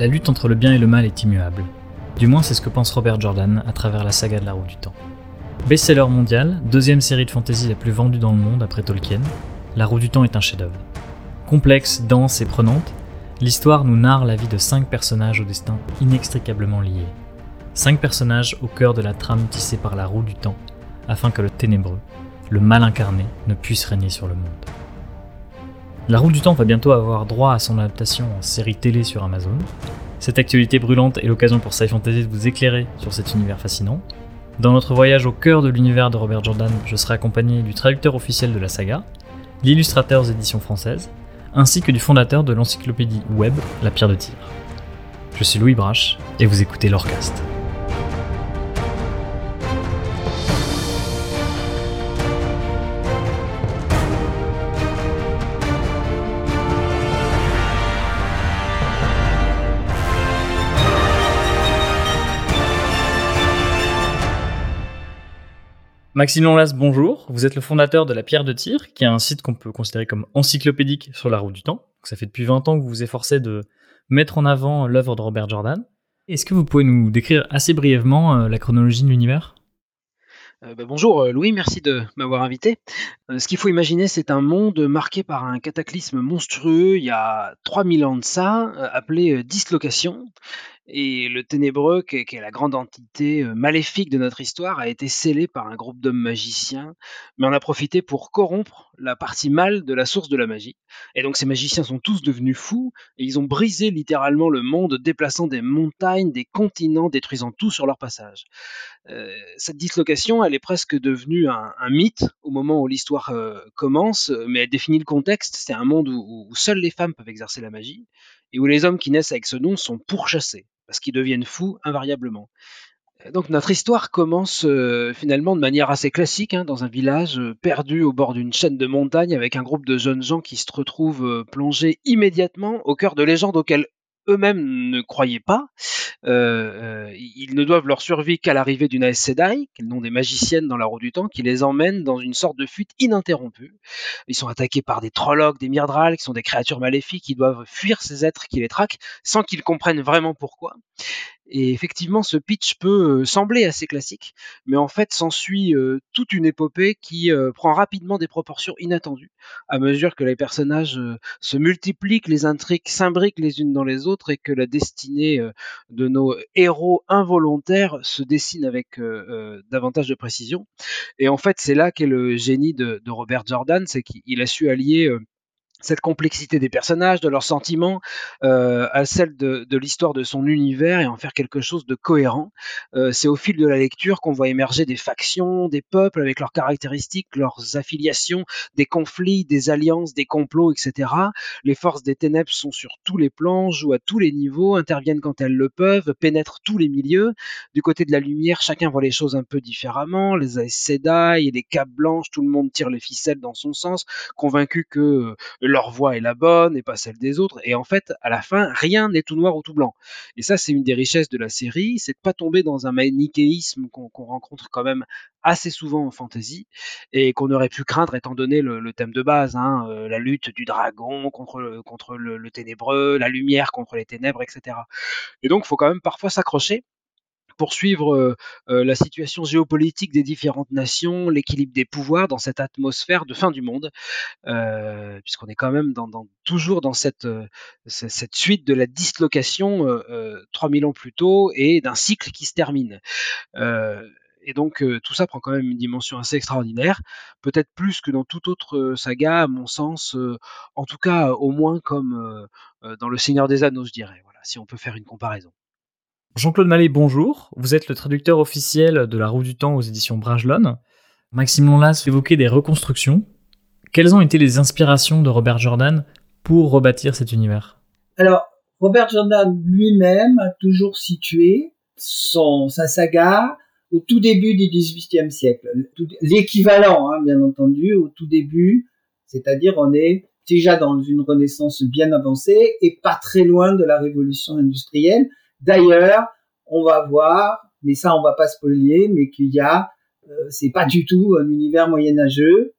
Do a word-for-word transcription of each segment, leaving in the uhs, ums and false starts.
La lutte entre le bien et le mal est immuable. Du moins, c'est ce que pense Robert Jordan à travers la saga de la Roue du Temps. Best-seller mondial, deuxième série de fantasy la plus vendue dans le monde après Tolkien, La Roue du Temps est un chef-d'œuvre. Complexe, dense et prenante, l'histoire nous narre la vie de cinq personnages au destin inextricablement liés. Cinq personnages au cœur de la trame tissée par la Roue du Temps, afin que le ténébreux, le mal incarné, ne puisse régner sur le monde. La Roue du Temps va bientôt avoir droit à son adaptation en série télé sur Amazon. Cette actualité brûlante est l'occasion pour Sci Fantasy de vous éclairer sur cet univers fascinant. Dans notre voyage au cœur de l'univers de Robert Jordan, je serai accompagné du traducteur officiel de la saga, l'illustrateur aux éditions françaises, ainsi que du fondateur de l'encyclopédie web La Pierre de Tir. Je suis Louis Brache et vous écoutez Lorecast. Maxime Lonlas, bonjour. Vous êtes le fondateur de La Pierre de Tir, qui est un site qu'on peut considérer comme encyclopédique sur la Roue du Temps. Donc ça fait depuis vingt ans que vous vous efforcez de mettre en avant l'œuvre de Robert Jordan. Est-ce que vous pouvez nous décrire assez brièvement euh, la chronologie de l'univers ? Euh, bah, bonjour Louis, merci de m'avoir invité. Euh, ce qu'il faut imaginer, c'est un monde marqué par un cataclysme monstrueux il y a trois mille ans de ça, euh, appelé euh, dislocation. Et le ténébreux, qui est, qui est la grande entité euh, maléfique de notre histoire, a été scellé par un groupe d'hommes magiciens, mais en a profité pour corrompre la partie mâle de la source de la magie. Et donc ces magiciens sont tous devenus fous, et ils ont brisé littéralement le monde, déplaçant des montagnes, des continents, détruisant tout sur leur passage. Euh, cette dislocation, elle est presque devenue un, un mythe au moment où l'histoire euh, commence, mais elle définit le contexte. C'est un monde où, où seules les femmes peuvent exercer la magie, et où les hommes qui naissent avec ce nom sont pourchassés, parce qu'ils deviennent fous invariablement. Donc notre histoire commence euh, finalement de manière assez classique, hein, dans un village euh, perdu au bord d'une chaîne de montagnes, avec un groupe de jeunes gens qui se retrouvent euh, plongés immédiatement au cœur de légendes auxquelles eux-mêmes ne croyaient pas. Euh, euh, ils ne doivent leur survie qu'à l'arrivée d'une Aes Sedai, qui est le nom des magiciennes dans la Roue du Temps, qui les emmène dans une sorte de fuite ininterrompue. Ils sont attaqués par des Trollocs, des Myrddraal, qui sont des créatures maléfiques, qui doivent fuir ces êtres qui les traquent, sans qu'ils comprennent vraiment pourquoi. Et effectivement, ce pitch peut sembler assez classique, mais en fait s'ensuit euh, toute une épopée qui euh, prend rapidement des proportions inattendues à mesure que les personnages euh, se multiplient, que les intrigues s'imbriquent les unes dans les autres et que la destinée euh, de nos héros involontaires se dessine avec euh, euh, davantage de précision. Et en fait, c'est là qu'est le génie de, de Robert Jordan, c'est qu'il a su allier euh, cette complexité des personnages, de leurs sentiments, euh, à celle de, de l'histoire de son univers et en faire quelque chose de cohérent. Euh, c'est au fil de la lecture qu'on voit émerger des factions, des peuples avec leurs caractéristiques, leurs affiliations, des conflits, des alliances, des complots, et cetera. Les forces des ténèbres sont sur tous les plans, jouent à tous les niveaux, interviennent quand elles le peuvent, pénètrent tous les milieux. Du côté de la lumière, chacun voit les choses un peu différemment. Les Aes Sedai et les capes blanches, tout le monde tire les ficelles dans son sens, convaincu que leur voix est la bonne et pas celle des autres. Et en fait, à la fin, rien n'est tout noir ou tout blanc. Et ça, c'est une des richesses de la série, c'est de pas tomber dans un manichéisme qu'on, qu'on rencontre quand même assez souvent en fantasy et qu'on aurait pu craindre étant donné le, le thème de base, hein, euh, la lutte du dragon contre le, contre le, le ténébreux, la lumière contre les ténèbres, et cetera. Et donc, il faut quand même parfois s'accrocher pour suivre euh, euh, la situation géopolitique des différentes nations, l'équilibre des pouvoirs dans cette atmosphère de fin du monde, euh, puisqu'on est quand même dans, dans, toujours dans cette, euh, cette suite de la dislocation euh, euh, trois mille ans plus tôt et d'un cycle qui se termine. Euh, et donc euh, tout ça prend quand même une dimension assez extraordinaire, peut-être plus que dans toute autre euh, saga, à mon sens, euh, en tout cas euh, au moins comme euh, euh, dans Le Seigneur des Anneaux, je dirais, voilà, si on peut faire une comparaison. Jean-Claude Mallet, bonjour. Vous êtes le traducteur officiel de La Roue du Temps aux éditions Bragelonne. Maxime Lonlas évoquait des reconstructions. Quelles ont été les inspirations de Robert Jordan pour rebâtir cet univers ? Alors, Robert Jordan lui-même a toujours situé son, sa saga au tout début du dix-huitième siècle. L'équivalent, hein, bien entendu, au tout début, c'est-à-dire on est déjà dans une renaissance bien avancée et pas très loin de la révolution industrielle. D'ailleurs, on va voir, mais ça on va pas spoiler, mais qu'il y a, euh, c'est pas du tout un univers moyenâgeux,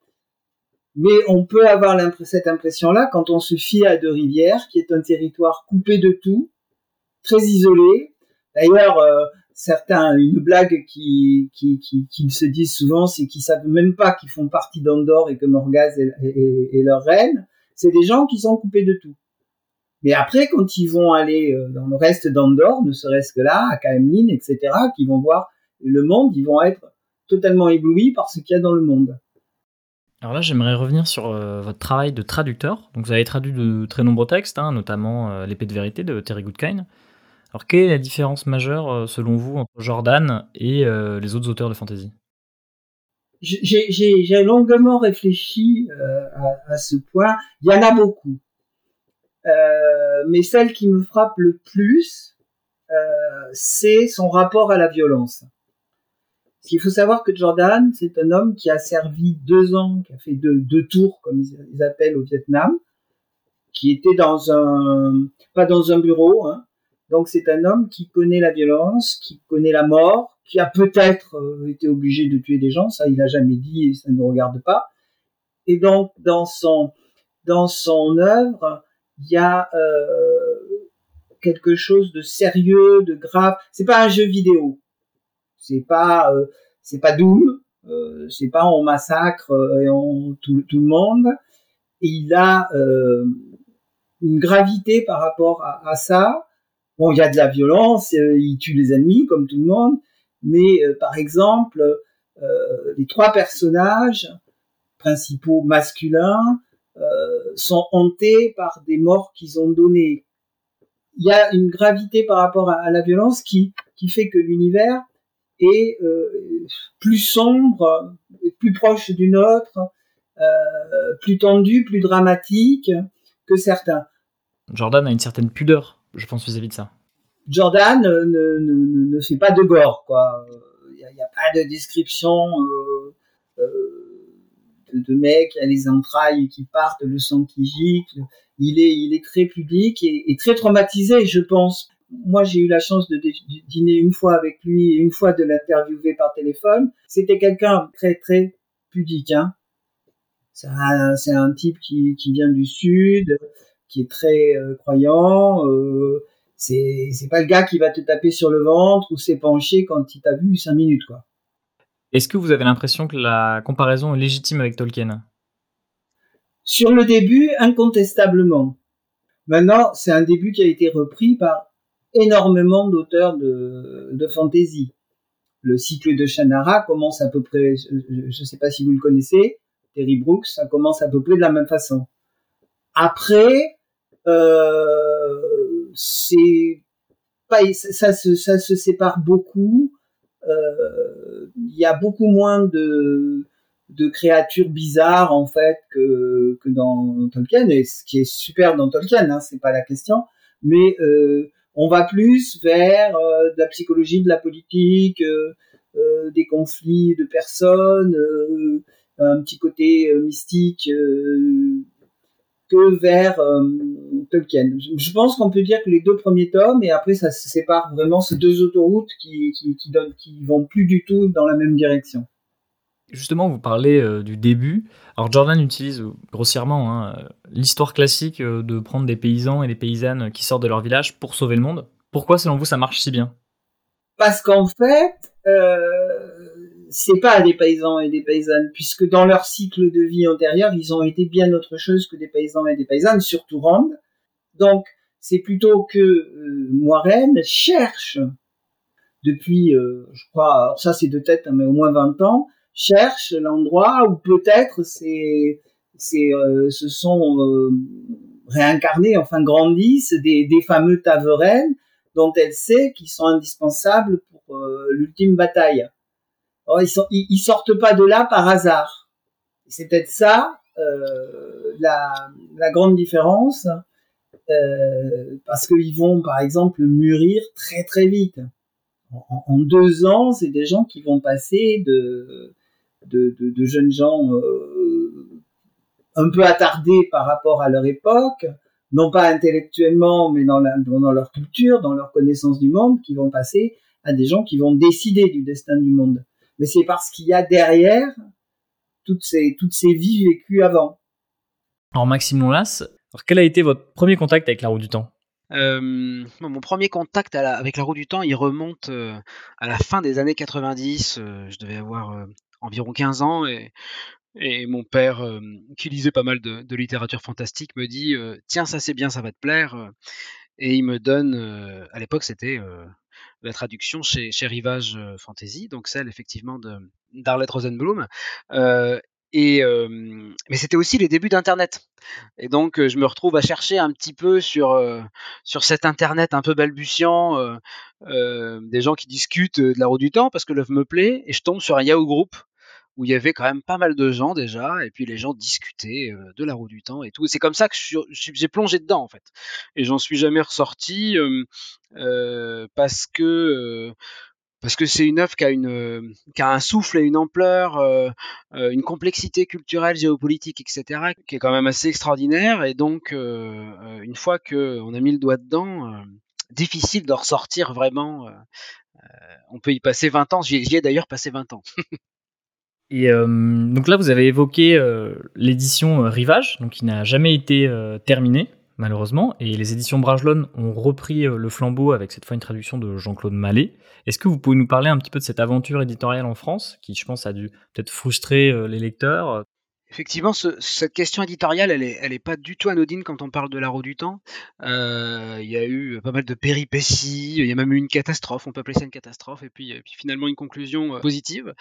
mais on peut avoir cette impression-là quand on se fie à Deux-Rivières, qui est un territoire coupé de tout, très isolés. D'ailleurs, euh, certains, une blague qui, qui, qui, qui se disent souvent, c'est qu'ils savent même pas qu'ils font partie d'Andorre et que Morgase est, est, est leur reine. C'est des gens qui sont coupés de tout. Mais après, quand ils vont aller dans le reste d'Andorre, ne serait-ce que là, à Caemlyn, et cetera, qu'ils vont voir le monde, ils vont être totalement éblouis par ce qu'il y a dans le monde. Alors là, j'aimerais revenir sur euh, votre travail de traducteur. Donc, vous avez traduit de très nombreux textes, hein, notamment euh, L'épée de vérité de Terry Goodkind. Alors, quelle est la différence majeure, euh, selon vous, entre Jordan et euh, les autres auteurs de fantasy ? J'ai, j'ai, j'ai longuement réfléchi euh, à, à ce point. Il y en a beaucoup. Euh, mais celle qui me frappe le plus, euh, c'est son rapport à la violence. Parce qu'il faut savoir que Jordan, c'est un homme qui a servi deux ans, qui a fait deux, deux tours, comme ils, ils appellent au Vietnam, qui était dans un, pas dans un bureau, hein. Donc c'est un homme qui connaît la violence, qui connaît la mort, qui a peut-être euh, été obligé de tuer des gens, ça il a jamais dit et ça ne nous regarde pas. Et donc dans son, dans son œuvre, il y a euh, quelque chose de sérieux, de grave. C'est pas un jeu vidéo. C'est pas, euh, c'est pas Doom. Euh, c'est pas on massacre euh, et on tout, tout le monde. Et il a euh, une gravité par rapport à, à ça. Bon, il y a de la violence, euh, il tue les ennemis comme tout le monde. Mais euh, par exemple, euh, les trois personnages principaux masculins Euh, sont hantés par des morts qu'ils ont données. Il y a une gravité par rapport à, à la violence qui, qui fait que l'univers est euh, plus sombre, plus proche du nôtre, euh, plus tendu, plus dramatique que certains. Jordan a une certaine pudeur, je pense, vis-à-vis de ça. Jordan ne, ne, ne, ne fait pas de gore, quoi. Il n'y a, a pas de description euh, euh, de mec, il y a les entrailles qui partent, le sang qui gicle. Il est, il est très pudique et, et très traumatisé, je pense. Moi, j'ai eu la chance de dîner une fois avec lui et une fois de l'interviewer par téléphone. C'était quelqu'un très, très pudique, hein. C'est un, c'est un type qui, qui vient du Sud, qui est très euh, croyant. Euh, c'est, c'est pas le gars qui va te taper sur le ventre ou s'épancher quand il t'a vu cinq minutes, quoi. Est-ce que vous avez l'impression que la comparaison est légitime avec Tolkien ? Sur le début, incontestablement. Maintenant, c'est un début qui a été repris par énormément d'auteurs de, de fantasy. Le cycle de Shannara commence à peu près, je ne sais pas si vous le connaissez, Terry Brooks, ça commence à peu près de la même façon. Après, euh, c'est pas, ça, se, ça se sépare beaucoup. Euh, il y a beaucoup moins de, de créatures bizarres en fait que, que dans Tolkien, et ce qui est super dans Tolkien, hein, c'est pas la question, mais euh, on va plus vers euh, de la psychologie, de la politique, euh, euh, des conflits de personnes, euh, un petit côté euh, mystique euh, que vers euh, Tolkien. Je pense qu'on peut dire que les deux premiers tomes, et après ça se sépare vraiment, ces deux autoroutes qui, qui, qui, donnent, qui vont plus du tout dans la même direction. Justement, vous parlez euh, du début. Alors Jordan utilise euh, grossièrement hein, l'histoire classique euh, de prendre des paysans et des paysannes qui sortent de leur village pour sauver le monde. Pourquoi, selon vous, ça marche si bien ? Parce qu'en fait, euh, c'est pas des paysans et des paysannes, puisque dans leur cycle de vie antérieur, ils ont été bien autre chose que des paysans et des paysannes, surtout Rand. Donc, c'est plutôt que euh, Moiraine cherche, depuis, euh, je crois, alors ça c'est de tête, hein, mais au moins vingt ans, cherche l'endroit où peut-être c'est, c'est, euh, se sont euh, réincarnés, enfin grandissent, des, des fameux Taveren, dont elle sait qu'ils sont indispensables pour euh, l'ultime bataille. Alors, ils, sont, ils, ils sortent pas de là par hasard. C'est peut-être ça euh, la, la grande différence, euh, parce qu'ils vont, par exemple, mûrir très très vite. En, en deux ans, c'est des gens qui vont passer de, de, de, de jeunes gens euh, un peu attardés par rapport à leur époque, non pas intellectuellement, mais dans, la, dans leur culture, dans leur connaissance du monde, qui vont passer à des gens qui vont décider du destin du monde. Mais c'est parce qu'il y a derrière toutes ces, toutes ces vies vécues avant. Alors Maxime Lonlas, alors quel a été votre premier contact avec la Roue du Temps ? Euh, mon premier contact à la- avec la roue du temps, il remonte euh, à la fin des années quatre-vingt-dix. Euh, je devais avoir euh, environ quinze ans et, et mon père, euh, qui lisait pas mal de, de littérature fantastique, me dit euh, tiens, ça c'est bien, ça va te plaire. euh, Et il me donne, euh, à l'époque, c'était euh, la traduction chez, chez Rivage euh, Fantasy, donc celle effectivement de d'Arlette Rosenblum. Euh, et euh, mais c'était aussi les débuts d'Internet. Et donc euh, je me retrouve à chercher un petit peu sur euh, sur cet Internet un peu balbutiant, euh, euh, des gens qui discutent de la roue du temps parce que l'œuvre me plaît, et je tombe sur un Yahoo Group où il y avait quand même pas mal de gens déjà, et puis les gens discutaient euh, de la roue du temps et tout. Et c'est comme ça que je suis- j'ai plongé dedans en fait. Et j'en suis jamais ressorti euh, euh, parce que euh, parce que c'est une œuvre qui a une euh, qui a un souffle et une ampleur, euh, euh, une complexité culturelle, géopolitique, et cetera, qui est quand même assez extraordinaire. Et donc euh, euh, une fois que on a mis le doigt dedans, euh, difficile de ressortir vraiment. euh, on peut y passer vingt ans. J'y j'y ai d'ailleurs passé vingt ans. Et euh, donc là, vous avez évoqué euh, l'édition euh, Rivage, donc qui n'a jamais été euh, terminée, malheureusement, et les éditions Brajlon ont repris euh, le flambeau avec cette fois une traduction de Jean-Claude Mallet. Est-ce que vous pouvez nous parler un petit peu de cette aventure éditoriale en France, qui je pense a dû peut-être frustrer euh, les lecteurs? Effectivement, ce- cette question éditoriale, elle est, elle est pas du tout anodine quand on parle de la roue du temps. Euh, Il y a eu pas mal de péripéties, il y a même eu une catastrophe, on peut appeler ça une catastrophe, et puis, et puis finalement une conclusion euh, positive.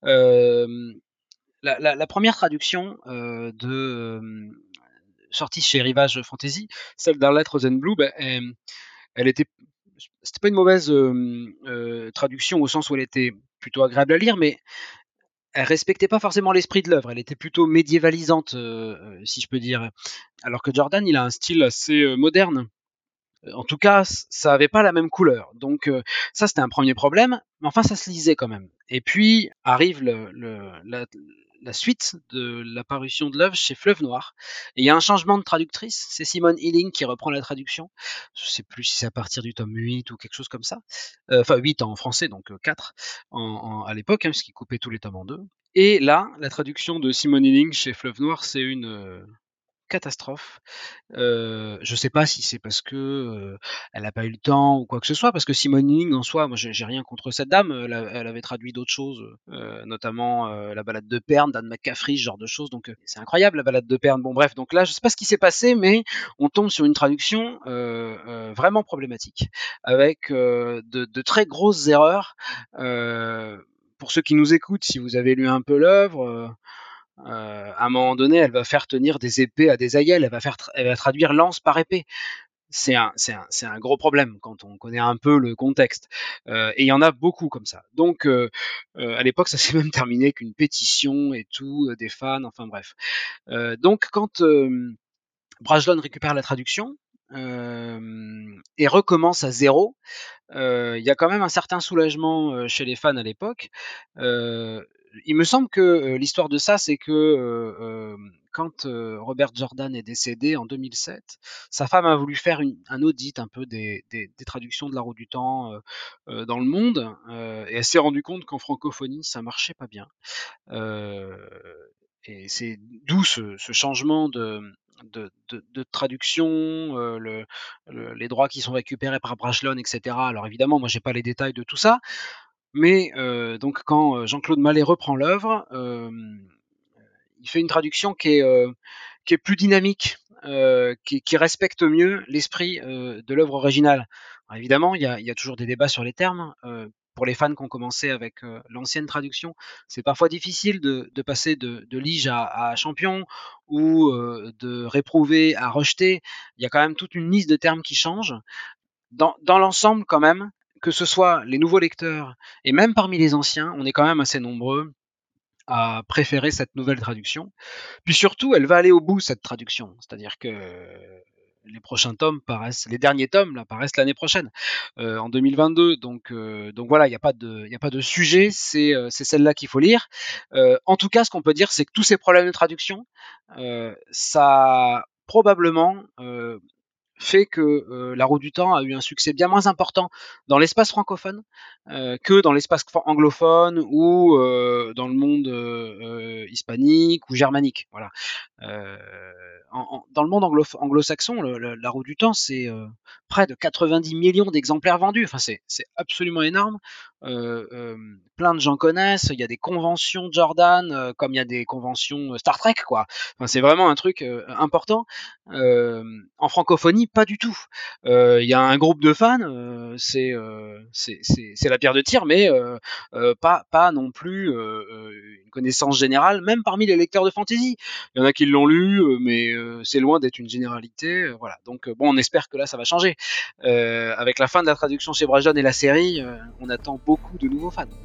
Euh, la, la- la première traduction euh, de euh, sortie chez Rivage Fantasy, celle d'Arlette Rosenblum, bah, elle, elle était, c'était pas une mauvaise euh, euh, traduction au sens où elle était plutôt agréable à lire, mais elle respectait pas forcément l'esprit de l'œuvre. Elle était plutôt médiévalisante, euh, euh, si je peux dire. Alors que Jordan, il a un style assez euh, moderne. En tout cas, ça avait pas la même couleur. Donc euh, ça, c'était un premier problème. Mais enfin, ça se lisait quand même. Et puis arrive le, le, la, la suite de l'apparition de l'œuvre chez Fleuve Noir. Et il y a un changement de traductrice. C'est Simone Hilling qui reprend la traduction. Je sais plus si c'est à partir du tome huit ou quelque chose comme ça. Euh, enfin, huit en français, donc euh, quatre en, en, à l'époque, hein, parce qu'il coupait tous les tomes en deux. Et là, la traduction de Simone Hilling chez Fleuve Noir, c'est une euh, catastrophe. Euh, je sais pas si c'est parce que euh, elle n'a pas eu le temps ou quoi que ce soit, parce que Simone Ning en soi, moi j'ai j'ai rien contre cette dame. Elle, a- elle avait traduit d'autres choses, euh, notamment euh, la balade de Perne d'Anne McCaffrey, ce genre de choses. Donc euh, c'est incroyable la balade de Perne. Bon bref, donc là je sais pas ce qui s'est passé, mais on tombe sur une traduction euh, euh, vraiment problématique, avec euh, de, de très grosses erreurs. Euh, pour ceux qui nous écoutent, si vous avez lu un peu l'œuvre, euh, euh, à un moment donné, elle va faire tenir des épées à des aïeuls, elle va, faire tra- elle va traduire lance par épée. C'est un, c'est, un, c'est un gros problème quand on connaît un peu le contexte. Euh, et il y en a beaucoup comme ça. Donc, euh, euh, à l'époque, ça s'est même terminé qu'une pétition et tout, euh, des fans, enfin bref. Euh, donc, quand euh, Brajlon récupère la traduction euh, et recommence à zéro, euh, il y a quand même un certain soulagement euh, chez les fans à l'époque. Euh, il me semble que euh, l'histoire de ça, c'est que euh, euh, quand euh, Robert Jordan est décédé en deux mille sept, sa femme a voulu faire une, un audit un peu des, des, des traductions de la roue du temps euh, euh, dans le monde, euh, et elle s'est rendue compte qu'en francophonie, ça marchait pas bien. Euh, et c'est d'où ce, ce changement de, de, de, de traduction, euh, le, le, les droits qui sont récupérés par Brajlon, et cetera. Alors évidemment, moi j'ai pas les détails de tout ça, mais euh, donc quand Jean-Claude Mallet reprend l'œuvre, euh, il fait une traduction qui est, euh, qui est plus dynamique, euh, qui, qui respecte mieux l'esprit euh, de l'œuvre originale. Alors, évidemment, il y, a, il y a toujours des débats sur les termes. Euh, pour les fans qui ont commencé avec euh, l'ancienne traduction, c'est parfois difficile de, de passer de, de lige à, à champion ou euh, de réprouvé à rejeté. Il y a quand même toute une liste de termes qui changent. Dans, dans l'ensemble, quand même, que ce soit les nouveaux lecteurs et même parmi les anciens, on est quand même assez nombreux à préférer cette nouvelle traduction. Puis surtout, elle va aller au bout, cette traduction. C'est-à-dire que les prochains tomes paraissent, les derniers tomes là, paraissent l'année prochaine, euh, en deux mille vingt-deux. Donc, euh, donc voilà, il n'y a pas de, il a pas de sujet. C'est, euh, c'est celle-là qu'il faut lire. Euh, en tout cas, ce qu'on peut dire, c'est que tous ces problèmes de traduction, euh, ça a probablement euh, fait que euh, La Roue du Temps a eu un succès bien moins important dans l'espace francophone euh, que dans l'espace anglophone ou euh, dans le monde euh, euh, hispanique ou germanique. Voilà. Euh, en, en, dans le monde anglo- anglo-saxon, le, le, La Roue du Temps, c'est euh, près de quatre-vingt-dix millions d'exemplaires vendus. Enfin, c'est, c'est absolument énorme. Euh, euh, plein de gens connaissent. Il y a des conventions Jordan, euh, comme il y a des conventions Star Trek, quoi. Enfin, c'est vraiment un truc euh, important. Euh, en francophonie, pas du tout. Euh, Il y a un groupe de fans, euh, c'est, euh, c'est, c'est, c'est la pierre de tir, mais euh, euh, pas, pas non plus euh, une connaissance générale, même parmi les lecteurs de fantasy. Il y en a qui l'ont lu, euh, mais euh, c'est loin d'être une généralité. Euh, voilà. Donc euh, bon, on espère que là, ça va changer. Euh, avec la fin de la traduction chez Brajlon et la série, euh, on attend beaucoup de nouveaux fans.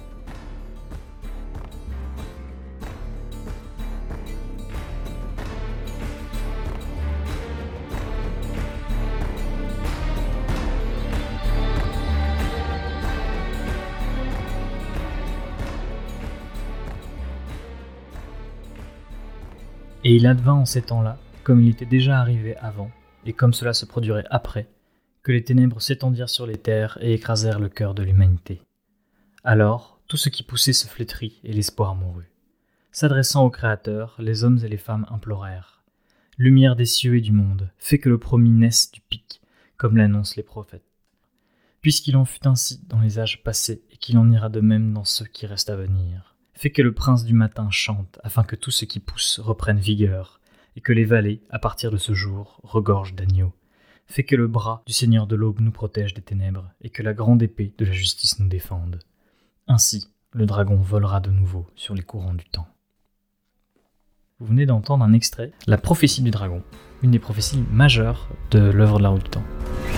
Et il advint en ces temps-là, comme il était déjà arrivé avant, et comme cela se produirait après, que les ténèbres s'étendirent sur les terres et écrasèrent le cœur de l'humanité. Alors, tout ce qui poussait se flétrit et l'espoir mourut. S'adressant au Créateur, les hommes et les femmes implorèrent. Lumière des cieux et du monde, fais que le promis naisse du pic, comme l'annoncent les prophètes. Puisqu'il en fut ainsi dans les âges passés, et qu'il en ira de même dans ceux qui restent à venir. Fais que le prince du matin chante, afin que tout ce qui pousse reprenne vigueur, et que les vallées, à partir de ce jour, regorgent d'agneaux. Fais que le bras du Seigneur de l'aube nous protège des ténèbres, et que la grande épée de la justice nous défende. Ainsi, le dragon volera de nouveau sur les courants du temps. Vous venez d'entendre un extrait, La prophétie du dragon, une des prophéties majeures de l'œuvre de La Roue du Temps.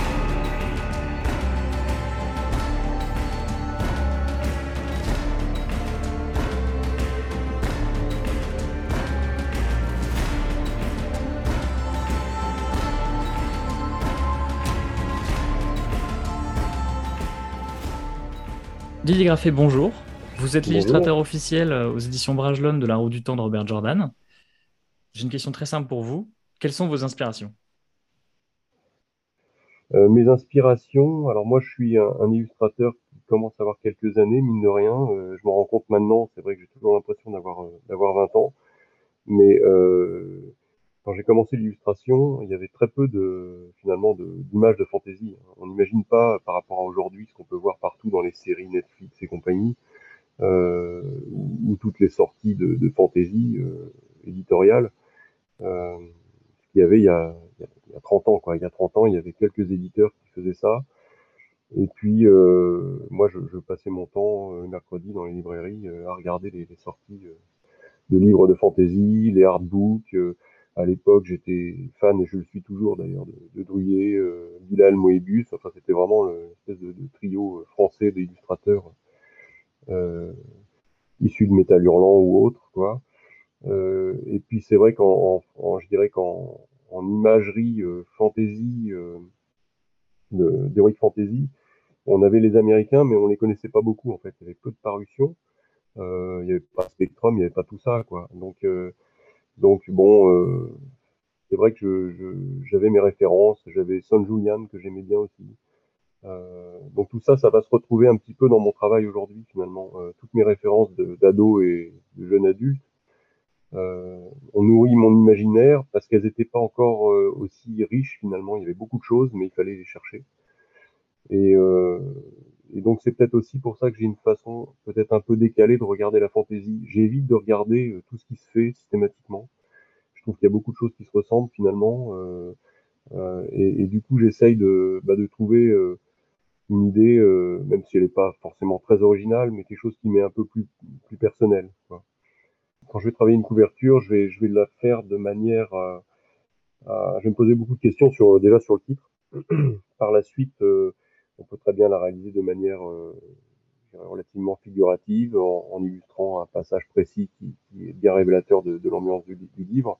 Didier Graffet, bonjour. Vous êtes Bonjour. l'illustrateur officiel aux éditions Brajlon de La Roue du Temps de Robert Jordan. J'ai une question très simple pour vous. Quelles sont vos inspirations ? Euh, mes inspirations, alors moi je suis un, un illustrateur qui commence à avoir quelques années, mine de rien. Euh, je me rends compte maintenant, c'est vrai que j'ai toujours l'impression d'avoir euh, d'avoir vingt ans. Mais euh, quand j'ai commencé l'illustration, il y avait très peu de finalement de, d'images de fantasy. On n'imagine pas par rapport à aujourd'hui ce qu'on peut voir partout dans les séries Netflix et compagnie, euh, ou, ou toutes les sorties de, de fantasy euh, éditoriales. Euh, qu'il y avait il y a, il y a trente ans, quoi. Il y a trente ans, il y avait quelques éditeurs qui faisaient ça. Et puis, euh, moi, je, je passais mon temps euh, mercredi dans les librairies euh, à regarder les, les sorties euh, de livres de fantasy, les artbooks. Euh, à l'époque, j'étais fan, et je le suis toujours d'ailleurs, de, de Druillet, euh, Bilal Moebius. Enfin, c'était vraiment l'espèce de, de trio français d'illustrateurs euh, issus de Métal Hurlant ou autres, quoi. Euh, et puis c'est vrai qu'en, en, en, je dirais qu'en en imagerie euh, fantasy, euh, de, d'heroic fantasy, on avait les Américains, mais on les connaissait pas beaucoup en fait. Il y avait peu de parutions, euh, il y avait pas Spectrum, il y avait pas tout ça, quoi. Donc, euh, donc bon, euh, c'est vrai que je, je, j'avais mes références, j'avais Son Julian que j'aimais bien aussi. Euh, donc tout ça, ça va se retrouver un petit peu dans mon travail aujourd'hui finalement. Euh, toutes mes références de, d'ados et de jeunes adultes. Euh, on nourrit mon imaginaire parce qu'elles n'étaient pas encore euh, aussi riches finalement. Il y avait beaucoup de choses, mais il fallait les chercher. Et, euh, et donc c'est peut-être aussi pour ça que j'ai une façon peut-être un peu décalée de regarder la fantaisie. J'évite de regarder euh, tout ce qui se fait systématiquement. Je trouve qu'il y a beaucoup de choses qui se ressemblent finalement. Euh, euh, et, et du coup j'essaye de, bah, de trouver euh, une idée, euh, même si elle n'est pas forcément très originale, mais quelque chose qui m'est un peu plus, plus personnel, quoi. Quand je vais travailler une couverture, je vais, je vais la faire de manière à, à, je vais me poser beaucoup de questions sur, déjà sur le titre. Par la suite, euh, on peut très bien la réaliser de manière euh, relativement figurative, en, en illustrant un passage précis qui, qui est bien révélateur de, de l'ambiance du, du livre.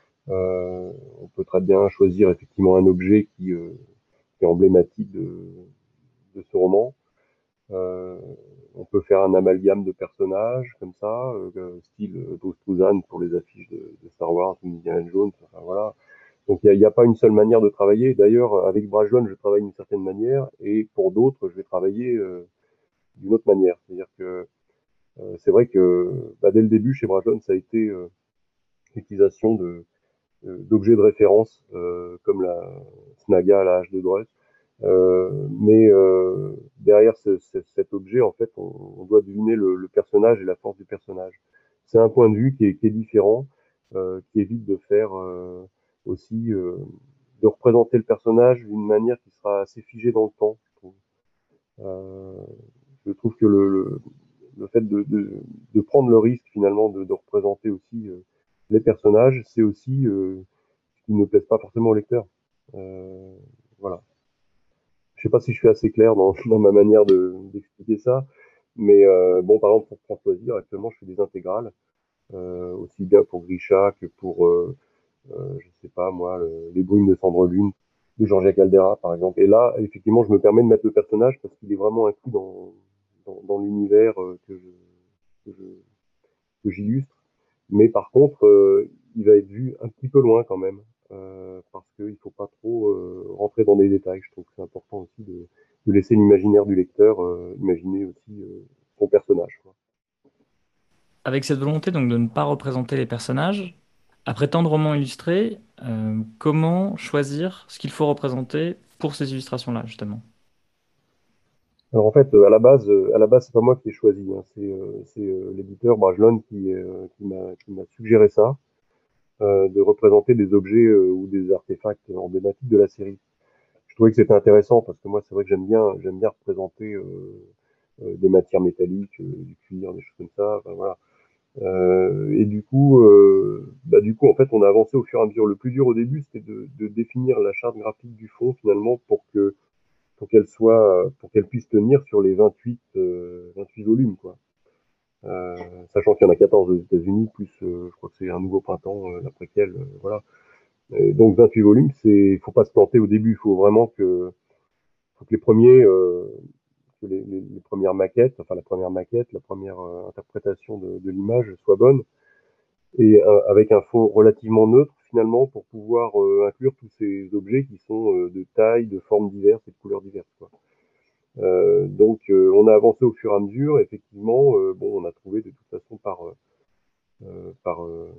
Euh, on peut très bien choisir effectivement un objet qui, euh, qui est emblématique de, de ce roman. Euh, on peut faire un amalgame de personnages comme ça, euh, style Bruce Struzan pour les affiches de, de Star Wars ou Indiana Jones. Enfin voilà, Donc il n'y a, y a pas une seule manière de travailler. D'ailleurs, avec Brajlon, je travaille d'une certaine manière, et pour d'autres, je vais travailler euh, d'une autre manière. C'est-à-dire que euh, c'est vrai que bah, dès le début, chez Brajlon, ça a été euh, l'utilisation de, euh, d'objets de référence, euh, comme la Snaga, la hache de Dreux. Euh, mais euh, derrière ce, ce, cet objet, en fait, on, on doit deviner le, le personnage et la force du personnage. C'est un point de vue qui est, qui est différent, euh, qui évite de faire euh, aussi euh, de représenter le personnage d'une manière qui sera assez figée dans le temps. Je trouve, euh, je trouve que le, le, le fait de, de, de prendre le risque finalement de, de représenter aussi euh, les personnages, c'est aussi euh, ce qui ne plaise pas forcément au lecteur. Euh, voilà. Je sais pas si je suis assez clair dans, dans ma manière de, d'expliquer ça, mais euh, bon, par exemple, pour François Loisir, actuellement, je fais des intégrales, euh, aussi bien pour Grisha que pour, euh, euh, je sais pas moi, le, les brumes de Cendre Lune, de Georgia Caldera, par exemple. Et là, effectivement, je me permets de mettre le personnage parce qu'il est vraiment inclus dans, dans, dans l'univers euh, que je, que je, que j'illustre. Mais par contre, euh, il va être vu un petit peu loin quand même, euh, parce qu'il faut pas trop euh, rentrer dans des détails. Je trouve que c'est important aussi de, de laisser l'imaginaire du lecteur euh, imaginer aussi euh, son personnage, quoi. Avec cette volonté donc de ne pas représenter les personnages, après tant de romans illustrés, euh, comment choisir ce qu'il faut représenter pour ces illustrations-là, justement? Alors en fait, euh, à la base, euh, à la base, c'est pas moi qui ai choisi, hein, c'est euh, c'est euh, l'éditeur Brajlon qui, euh, qui m'a qui m'a suggéré ça, euh, de représenter des objets euh, ou des artefacts emblématiques de la série. Je trouvais que c'était intéressant parce que moi, c'est vrai que j'aime bien j'aime bien représenter euh, euh, des matières métalliques, euh, du cuir, des choses comme ça. Enfin, voilà. Euh, et du coup, euh, bah du coup, en fait, on a avancé au fur et à mesure. Le plus dur au début, c'était de, de définir la charte graphique du fond finalement pour que pour qu'elle soit pour qu'elle puisse tenir sur les vingt-huit euh, vingt-huit volumes, quoi. Euh, sachant qu'il y en a quatorze aux États-Unis, plus euh, je crois que c'est un nouveau printemps euh, d'après quel, euh, voilà. Et donc vingt-huit volumes, c'est faut pas se planter au début. Il faut vraiment que faut que les premiers euh, que les, les, les premières maquettes, enfin la première maquette, la première euh, interprétation de, de l'image soit bonne, et euh, avec un fond relativement neutre finalement pour pouvoir euh, inclure tous ces objets qui sont euh, de taille, de formes diverses et de couleurs diverses, quoi. Euh, donc euh, on a avancé au fur et à mesure. Effectivement, euh, bon, on a trouvé de toute façon par euh, par euh,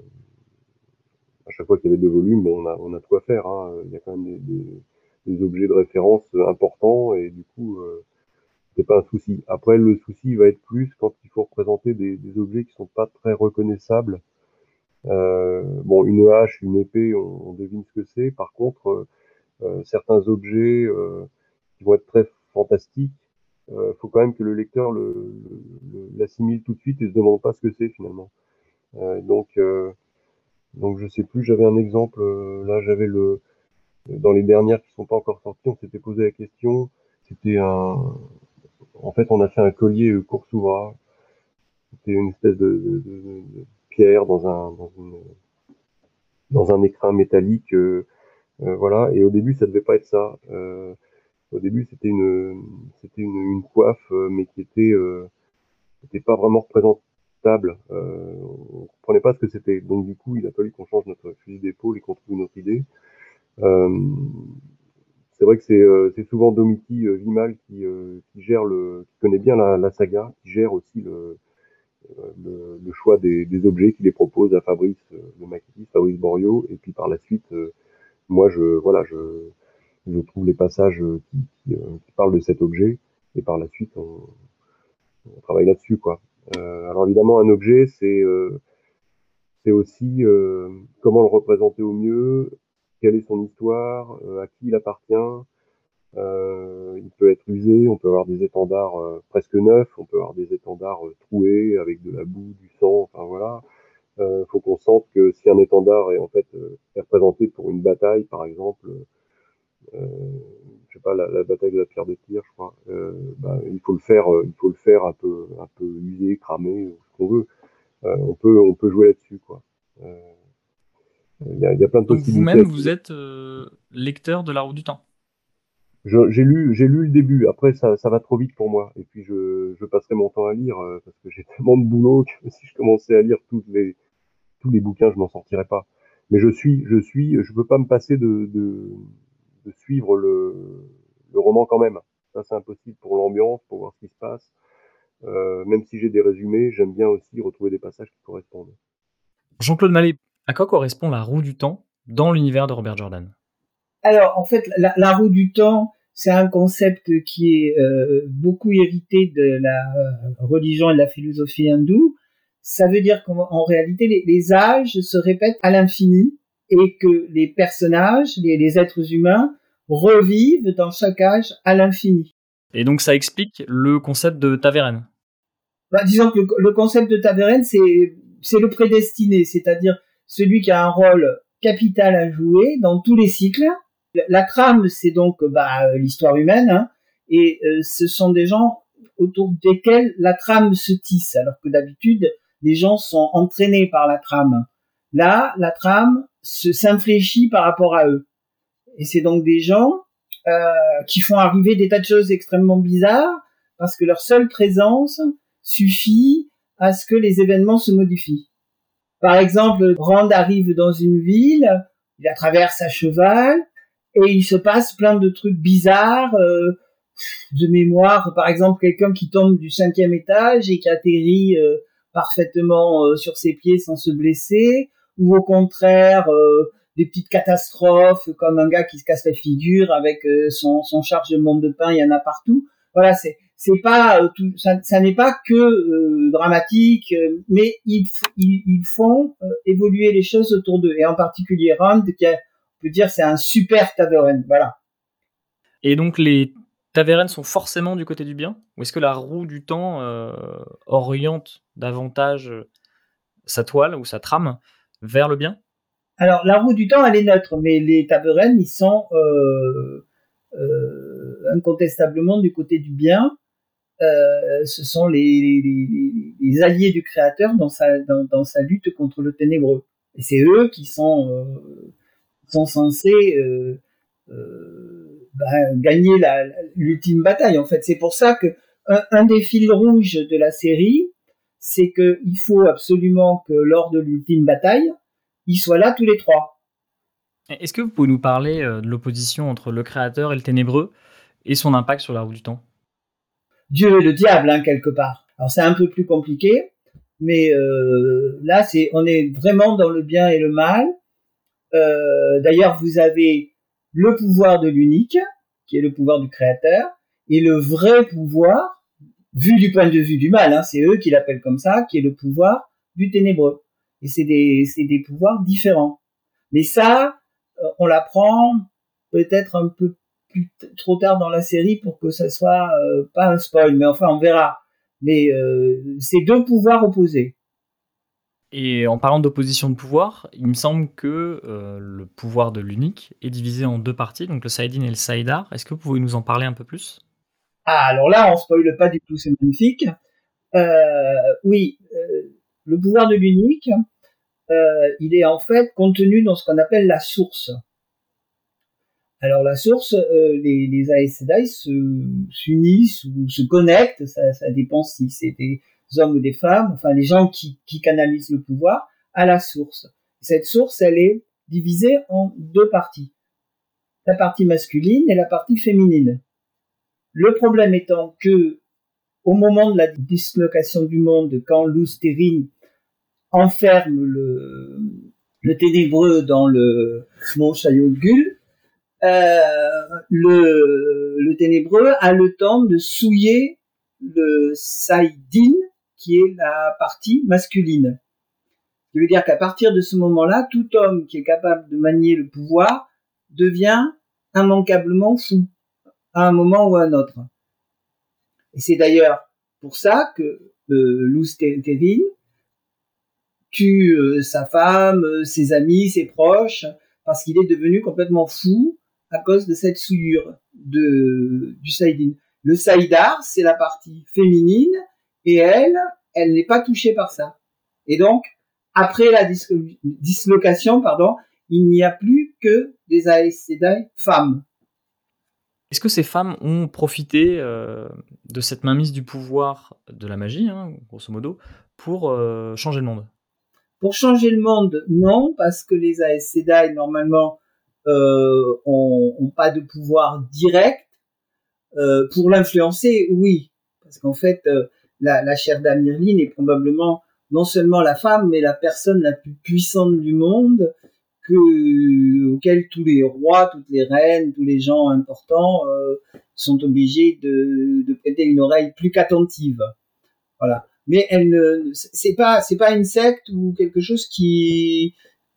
à chaque fois qu'il y avait deux volumes, bon, on a on a tout à faire, hein. Il y a quand même des, des, des objets de référence importants, et du coup euh, c'est pas un souci. Après, le souci va être plus quand il faut représenter des, des objets qui sont pas très reconnaissables. Euh, bon, une hache, une épée, on, on devine ce que c'est. Par contre, euh, certains objets euh, qui vont être très fantastiques, euh, faut quand même que le lecteur le, le, le- l'assimile tout de suite et se demande pas ce que c'est finalement. Euh, donc, euh, donc je sais plus. J'avais un exemple. Euh, là, j'avais le dans les dernières qui sont pas encore sorties, on s'était posé la question. C'était un, en fait, on a fait un collier euh, Koursoura. C'était une espèce de, de, de, de pierre dans un dans, une, dans un écrin métallique, euh, euh, voilà. Et au début, ça devait pas être ça. Euh, au début, c'était une c'était une, une coiffe, euh, mais qui était euh, qui était pas vraiment représentable. Euh, on comprenait pas ce que c'était. Donc du coup, il a fallu qu'on change notre fusil d'épaule et qu'on trouve une autre idée. Euh, c'est vrai que c'est euh, c'est souvent Domiti euh, Vimal qui, euh, qui gère le qui connaît bien la, la saga, qui gère aussi le le, le choix des, des objets qu'il les propose à Fabrice, euh, le maquettiste, Fabrice Borio, et puis par la suite, euh, moi, je, voilà, je, je trouve les passages qui, qui, euh, qui parlent de cet objet, et par la suite, on, on travaille là-dessus, quoi. Euh, alors évidemment, un objet, c'est euh, c'est aussi euh, comment le représenter au mieux, quelle est son histoire, euh, à qui il appartient. Euh, il peut être usé, on peut avoir des étendards euh, presque neufs, on peut avoir des étendards euh, troués avec de la boue, du sang, enfin voilà. Euh, faut qu'on sente que si un étendard est en fait euh, est représenté pour une bataille, par exemple, euh, je sais pas, la, la bataille de la pierre de tir, je crois, euh, bah, il faut le faire, euh, il faut le faire un peu, un peu usé, cramé, ce qu'on veut. Euh, on peut, on peut jouer là-dessus, quoi. Euh, Il y, a, y a plein de Donc possibilités vous-même, avec. vous êtes euh, lecteur de La Roue du Temps. Je- J'ai lu, j'ai lu le début. Après, ça, ça va trop vite pour moi. Et puis, je, je passerai mon temps à lire euh, parce que j'ai tellement de boulot que si je commençais à lire tous les, tous les bouquins, je m'en sortirais pas. mais je suis, je suis, je peux pas me passer de, de, de suivre le, le roman quand même. Ça, c'est impossible pour l'ambiance, pour voir ce qui se passe. Euh, même si j'ai des résumés, j'aime bien aussi retrouver des passages qui correspondent. Jean-Claude Mallet, à quoi correspond la roue du temps dans l'univers de Robert Jordan? Alors, en fait, la, la roue du temps, c'est un concept qui est euh, beaucoup hérité de la euh, religion et de la philosophie hindoue. Ça veut dire qu'en réalité, les, les âges se répètent à l'infini et que les personnages, les, les êtres humains, revivent dans chaque âge à l'infini. Et donc ça explique le concept de Taveren. Bah, disons que le, le concept de Taveren, c'est, c'est le prédestiné, c'est-à-dire celui qui a un rôle capital à jouer dans tous les cycles. La, la trame, c'est donc bah, l'histoire humaine, hein, et euh, ce sont des gens autour desquels la trame se tisse, alors que d'habitude, les gens sont entraînés par la trame. Là, la trame se s'infléchit par rapport à eux. Et c'est donc des gens euh, qui font arriver des tas de choses extrêmement bizarres parce que leur seule présence suffit à ce que les événements se modifient. Par exemple, Rand arrive dans une ville, il la traverse à cheval et il se passe plein de trucs bizarres euh, de mémoire. Par exemple, quelqu'un qui tombe du cinquième étage et qui atterrit euh, parfaitement euh, sur ses pieds sans se blesser, ou au contraire euh, des petites catastrophes comme un gars qui se casse la figure avec euh, son, son chargement de pain, il y en a partout. Voilà, c'est c'est pas euh, tout, ça, ça n'est pas que euh, dramatique, euh, mais ils ils, ils font euh, évoluer les choses autour d'eux, et en particulier Rand, qui a, on peut dire c'est un super Taveren, voilà. Et donc les Taveren sont forcément du côté du bien, ou est-ce que la roue du temps euh, oriente davantage sa toile ou sa trame vers le bien? Alors la roue du temps elle est neutre, mais les Taveren ils sont euh, euh, incontestablement du côté du bien. Euh, ce sont les, les, les alliés du créateur dans sa, dans, dans sa lutte contre le ténébreux. Et c'est eux qui sont, euh, sont censés euh, euh, bah, gagner la, l'ultime bataille. En fait, c'est pour ça que un, un des fils rouges de la série, c'est qu'il faut absolument que lors de l'ultime bataille, ils soient là tous les trois. Est-ce que vous pouvez nous parler de l'opposition entre le créateur et le ténébreux et son impact sur la roue du temps? Dieu et le diable, hein, quelque part. Alors c'est un peu plus compliqué, mais euh, là, c'est, on est vraiment dans le bien et le mal. Euh, d'ailleurs, vous avez le pouvoir de l'unique, qui est le pouvoir du créateur, et le vrai pouvoir, vu du point de vue du mal, hein, c'est eux qui l'appellent comme ça, qui est le pouvoir du ténébreux. Et c'est des, c'est des pouvoirs différents. Mais ça, on l'apprend peut-être un peu plus t- trop tard dans la série pour que ça soit euh, pas un spoil, mais enfin on verra. Mais euh, c'est deux pouvoirs opposés. Et en parlant d'opposition de pouvoir, il me semble que euh, le pouvoir de l'unique est divisé en deux parties, donc le saïdin et le saïdar. Est-ce que vous pouvez nous en parler un peu plus? Ah, alors là, on spoile pas du tout, c'est magnifique. Euh, oui, euh, le pouvoir de l'unique, euh, il est en fait contenu dans ce qu'on appelle la source. Alors la source, euh, les, les Aes Sedai se, s'unissent ou se connectent, ça, ça dépend si c'est des hommes ou des femmes, enfin les gens qui, qui canalisent le pouvoir, à la source. Cette source, elle est divisée en deux parties, la partie masculine et la partie féminine. Le problème étant que, au moment de la dislocation du monde, quand Lews Therin enferme le, le ténébreux dans le mont Shayol-Ghul, Euh, le, le ténébreux a le temps de souiller le saïdin, qui est la partie masculine. Ce qui veut dire qu'à partir de ce moment-là, tout homme qui est capable de manier le pouvoir devient immanquablement fou, à un moment ou à un autre. Et c'est d'ailleurs pour ça que euh, Lews Therin tue euh, sa femme, euh, ses amis, ses proches, parce qu'il est devenu complètement fou à cause de cette souillure de, du saïdin. Le saïdar, c'est la partie féminine, et elle, elle n'est pas touchée par ça. Et donc, après la dis- dislocation, pardon, il n'y a plus que des Aes Sedai femmes. Est-ce que ces femmes ont profité euh, de cette mainmise du pouvoir de la magie, hein, grosso modo, pour euh, changer le monde? Pour changer le monde, non, parce que les Aes Sedai, normalement, euh, ont, ont pas de pouvoir direct. Euh, pour l'influencer, oui. Parce qu'en fait, euh, la, la chère d'Amirlin est probablement non seulement la femme, mais la personne la plus puissante du monde, que, auquel tous les rois, toutes les reines, tous les gens importants euh, sont obligés de, de prêter une oreille plus qu'attentive. Voilà. Mais elle ne, c'est pas, c'est pas une secte ou quelque chose qui,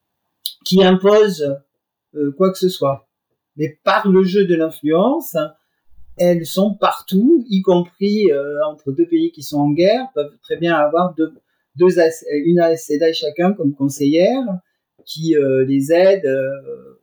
qui impose euh, quoi que ce soit. Mais par le jeu de l'influence, elles sont partout, y compris euh, entre deux pays qui sont en guerre, peuvent très bien avoir deux, deux Aes, une Aes Sedai chacun comme conseillère qui euh, les aide euh,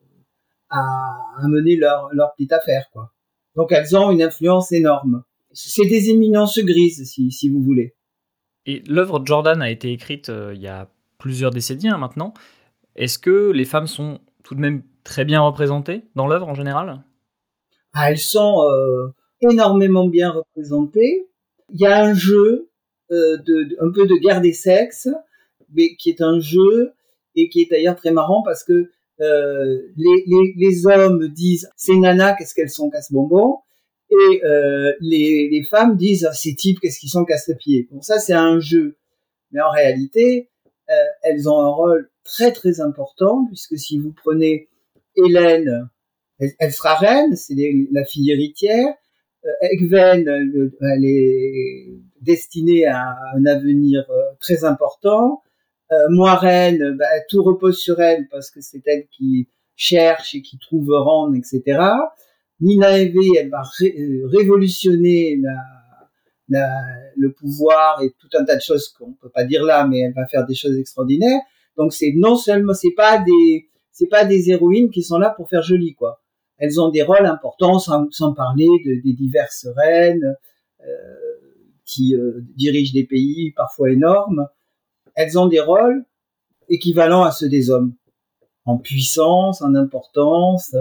à, à mener leur, leur petite affaire, quoi. Donc elles ont une influence énorme. C'est des éminences grises, si, si vous voulez. Et l'œuvre de Jordan a été écrite euh, il y a plusieurs décennies hein, maintenant. Est-ce que les femmes sont tout de même très bien représentées dans l'œuvre en général ? Ah, elles sont euh, énormément bien représentées. Il y a un jeu, euh, de, de, un peu de guerre des sexes, mais qui est un jeu et qui est d'ailleurs très marrant parce que euh, les, les, les hommes disent ces nanas, qu'est-ce qu'elles sont casse-bonbons, et euh, les, les femmes disent ah, ces types, qu'est-ce qu'ils sont casse-pieds. Bon, ça c'est un jeu, mais en réalité, euh, elles ont un rôle très très important puisque si vous prenez Hélène, elle, elle sera reine, c'est les, la fille héritière. Euh, Egwene, euh, elle est destinée à un avenir euh, très important. Euh, Moiraine, bah, tout repose sur elle parce que c'est elle qui cherche et qui trouve Rand, et cetera. Nynaeve, elle va ré, euh, révolutionner la, la, le pouvoir et tout un tas de choses qu'on peut pas dire là, mais elle va faire des choses extraordinaires. Donc c'est non seulement, c'est pas des, c'est pas des héroïnes qui sont là pour faire joli, quoi. Elles ont des rôles importants, sans, sans parler de, des diverses reines euh, qui euh, dirigent des pays parfois énormes. Elles ont des rôles équivalents à ceux des hommes, en puissance, en importance.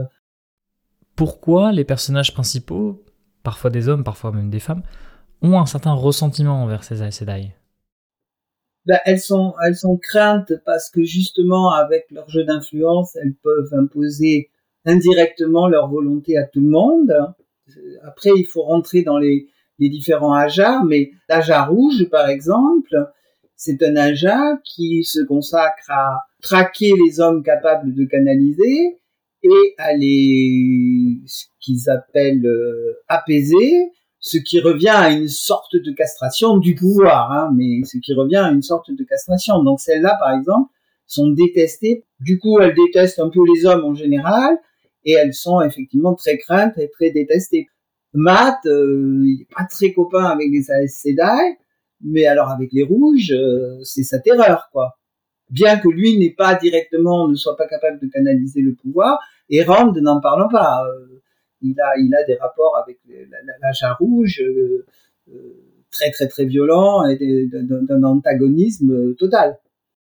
Pourquoi les personnages principaux, parfois des hommes, parfois même des femmes, ont un certain ressentiment envers ces Aes Sedai ? Ben, elles sont, elles sont craintes parce que justement, avec leur jeu d'influence, elles peuvent imposer indirectement leur volonté à tout le monde. Après, il faut rentrer dans les, les différents ajas, mais l'aja rouge, par exemple, c'est un aja qui se consacre à traquer les hommes capables de canaliser et à les, ce qu'ils appellent euh, apaiser, ce qui revient à une sorte de castration du pouvoir, hein, mais ce qui revient à une sorte de castration. Donc celles-là, par exemple, sont détestées. Du coup, elles détestent un peu les hommes en général, et elles sont effectivement très craintes et très détestées. Matt, euh, il est pas très copain avec les Aes Sedai, mais alors avec les rouges, euh, c'est sa terreur, quoi. Bien que lui n'ait pas directement, ne soit pas capable de canaliser le pouvoir, et Rand, n'en parlons pas. Euh, il a, il a des rapports avec l'Aja rouge euh, euh, très très très violents et des, d'un, d'un antagonisme total.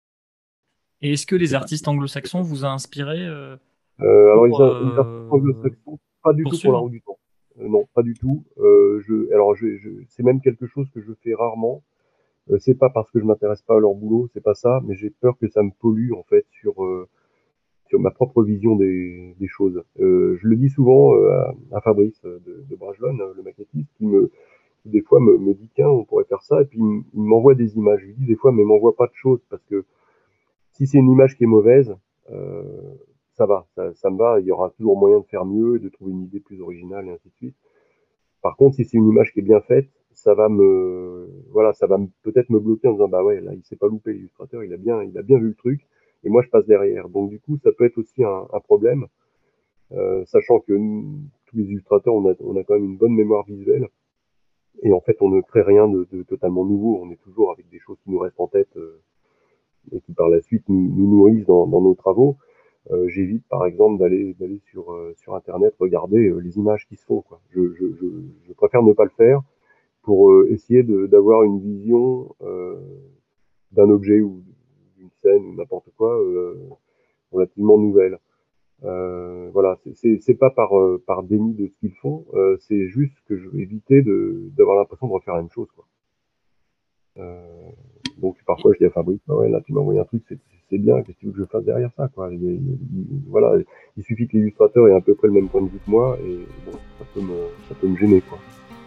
Et est-ce que les artistes anglo-saxons vous ont inspiré euh, euh, Alors, pour, les, les artistes euh, anglo-saxons, pas du tout pour la roue du temps. Euh, non, pas du tout. Euh, je, alors, je, je, c'est même quelque chose que je fais rarement. Euh, c'est pas parce que je m'intéresse pas à leur boulot, c'est pas ça, mais j'ai peur que ça me pollue en fait sur euh, sur ma propre vision des, des choses. Euh, je le dis souvent euh, à, à Fabrice de, de Bragelonne, le maquettiste, qui me qui des fois me, me dit tiens on pourrait faire ça, et puis il, il m'envoie des images. Je lui dis des fois mais m'envoie pas de choses parce que si c'est une image qui est mauvaise, euh, ça va, ça, ça me va. Il y aura toujours moyen de faire mieux, de trouver une idée plus originale et ainsi de suite. Par contre, si c'est une image qui est bien faite, ça va me, voilà, ça va me, peut-être me bloquer en disant bah ouais, là il s'est pas loupé l'illustrateur, il a bien, il a bien vu le truc, et moi je passe derrière. Donc du coup, ça peut être aussi un, un problème, euh, sachant que nous, tous les illustrateurs, on a, on a quand même une bonne mémoire visuelle, et en fait, on ne crée rien de, de totalement nouveau. On est toujours avec des choses qui nous restent en tête euh, et qui par la suite nous, nous nourrissent dans, dans nos travaux. Euh, j'évite par exemple d'aller d'aller sur euh, sur internet regarder euh, les images qui se font, quoi. Je, je, je, je préfère ne pas le faire pour euh, essayer de, d'avoir une vision euh, d'un objet ou d'une scène ou n'importe quoi euh, relativement nouvelle. Euh, voilà, c'est, c'est, c'est pas par euh, par déni de ce qu'ils font, euh, c'est juste que je veux éviter de d'avoir l'impression de refaire la même chose, quoi. Euh, donc parfois je dis à Fabrice, bah ouais, là tu m'as envoyé un truc, c'est, c'est bien, qu'est-ce que tu veux que je fasse derrière ça, quoi. Il, il, il, voilà, il suffit que l'illustrateur ait à peu près le même point de vue que moi, et bon, ça peut me, ça peut me gêner, quoi.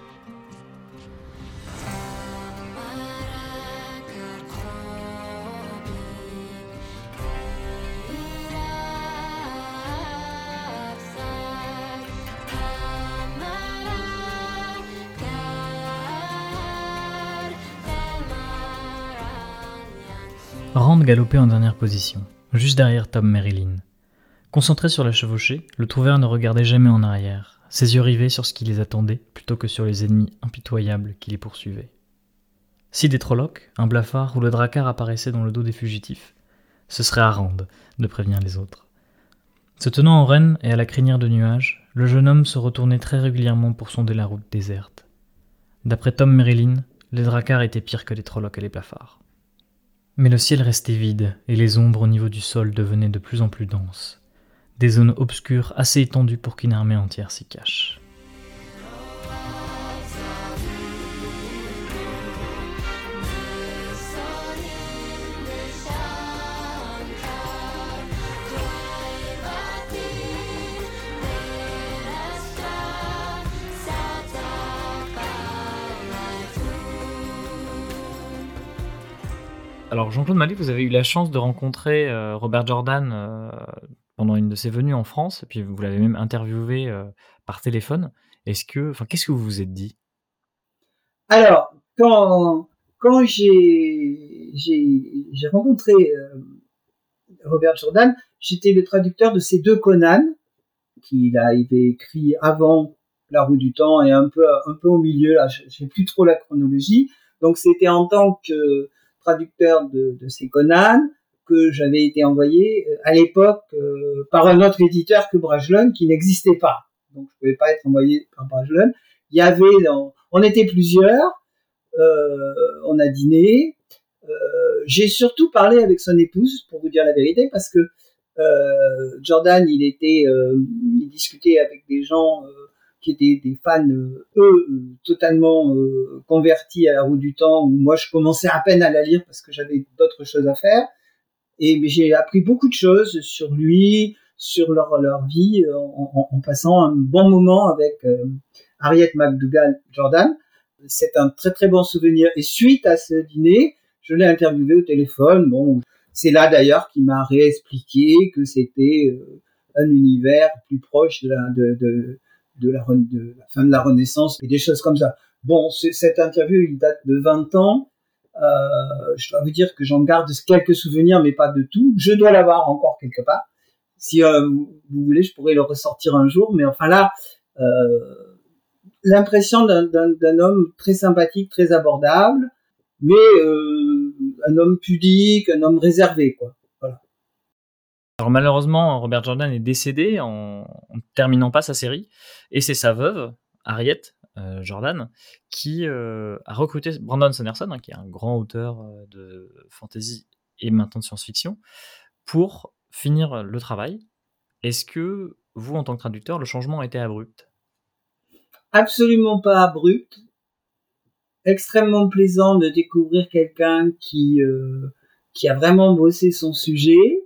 Rand galopait en dernière position, juste derrière Tom Merrilin. Concentré sur la chevauchée, le trouvère ne regardait jamais en arrière, ses yeux rivés sur ce qui les attendait plutôt que sur les ennemis impitoyables qui les poursuivaient. Si des Trollocs, un blafard ou le drakkar apparaissaient dans le dos des fugitifs, ce serait à Rand de prévenir les autres. Se tenant aux rênes et à la crinière de nuages, le jeune homme se retournait très régulièrement pour sonder la route déserte. D'après Tom Merrilin, les drakkars étaient pires que les Trollocs et les blafards. Mais le ciel restait vide, et les ombres au niveau du sol devenaient de plus en plus denses. Des zones obscures assez étendues pour qu'une armée entière s'y cache. Alors Jean-Claude Maillet, vous avez eu la chance de rencontrer euh, Robert Jordan euh, pendant une de ses venues en France, et puis vous l'avez même interviewé euh, par téléphone. Est-ce que, enfin, qu'est-ce que vous vous êtes dit ? Alors, quand quand j'ai j'ai j'ai rencontré euh, Robert Jordan, j'étais le traducteur de ces deux Conan qu'il avait écrit avant La Roue du Temps et un peu un peu au milieu. Là, je sais plus trop la chronologie. Donc c'était en tant que traducteur de, de ces Conan que j'avais été envoyé à l'époque euh, par un autre éditeur que Brajlon qui n'existait pas. Donc je pouvais pas être envoyé par Brajlon. Il y avait, dans, on était plusieurs, euh, on a dîné. Euh, j'ai surtout parlé avec son épouse, pour vous dire la vérité, parce que euh, Jordan, il était, euh, il discutait avec des gens. Euh, qui étaient des fans, euh, eux, euh, totalement euh, convertis à La Roue du Temps, où moi je commençais à peine à la lire parce que j'avais d'autres choses à faire. Et mais j'ai appris beaucoup de choses sur lui, sur leur, leur vie, en, en, en passant un bon moment avec euh, Harriet McDougall Jordan. C'est un très très bon souvenir. Et suite à ce dîner, je l'ai interviewé au téléphone. Bon, c'est là d'ailleurs qu'il m'a réexpliqué que c'était euh, un univers plus proche de la... De, de, De la, de la fin de la Renaissance et des choses comme ça. Bon, cette interview, il date de vingt ans. Euh, je dois vous dire que j'en garde quelques souvenirs, mais pas de tout. Je dois l'avoir encore quelque part. Si euh, vous voulez, je pourrais le ressortir un jour. Mais enfin là, euh, l'impression d'un, d'un, d'un homme très sympathique, très abordable, mais euh, un homme pudique, un homme réservé, quoi. Voilà. Alors malheureusement, Robert Jordan est décédé en, en terminant pas sa série, et c'est sa veuve, Harriet euh, Jordan, qui euh, a recruté Brandon Sanderson, hein, qui est un grand auteur euh, de fantasy et maintenant de science-fiction, pour finir le travail. Est-ce que vous, en tant que traducteur, le changement a été abrupt ? Absolument pas abrupt. Extrêmement plaisant de découvrir quelqu'un qui euh, qui a vraiment bossé son sujet.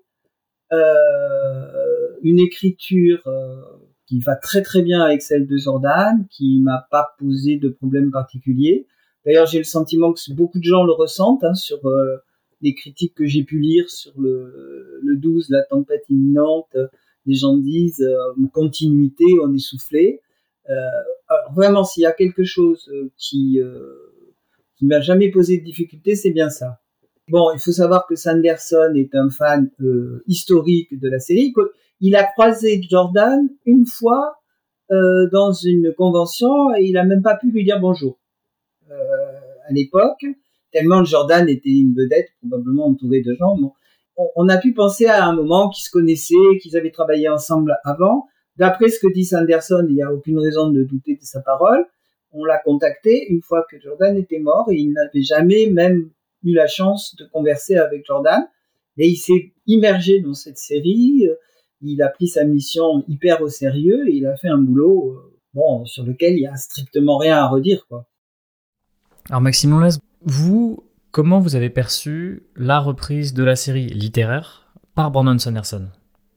Euh, une écriture euh, qui va très très bien avec celle de Jordan, qui m'a pas posé de problème particulier. D'ailleurs, j'ai le sentiment que beaucoup de gens le ressentent hein, sur euh, les critiques que j'ai pu lire sur le, le douze, la tempête imminente. Les gens disent euh, continuité, on est soufflé. Euh, alors vraiment, s'il y a quelque chose qui euh, qui m'a jamais posé de difficulté, c'est bien ça. Bon, il faut savoir que Sanderson est un fan euh, historique de la série. Il a croisé Jordan une fois euh, dans une convention et il a même pas pu lui dire bonjour. Euh, à l'époque, tellement Jordan était une vedette, probablement entouré de gens. Bon, on, on a pu penser à un moment qu'ils se connaissaient, qu'ils avaient travaillé ensemble avant. D'après ce que dit Sanderson, il n'y a aucune raison de douter de sa parole. On l'a contacté une fois que Jordan était mort et il n'avait jamais même eu la chance de converser avec Jordan, et il s'est immergé dans cette série, il a pris sa mission hyper au sérieux, et il a fait un boulot euh, bon, sur lequel il n'y a strictement rien à redire, quoi. Alors Maxime Lolès, vous, comment vous avez perçu la reprise de la série littéraire par Brandon Sanderson ?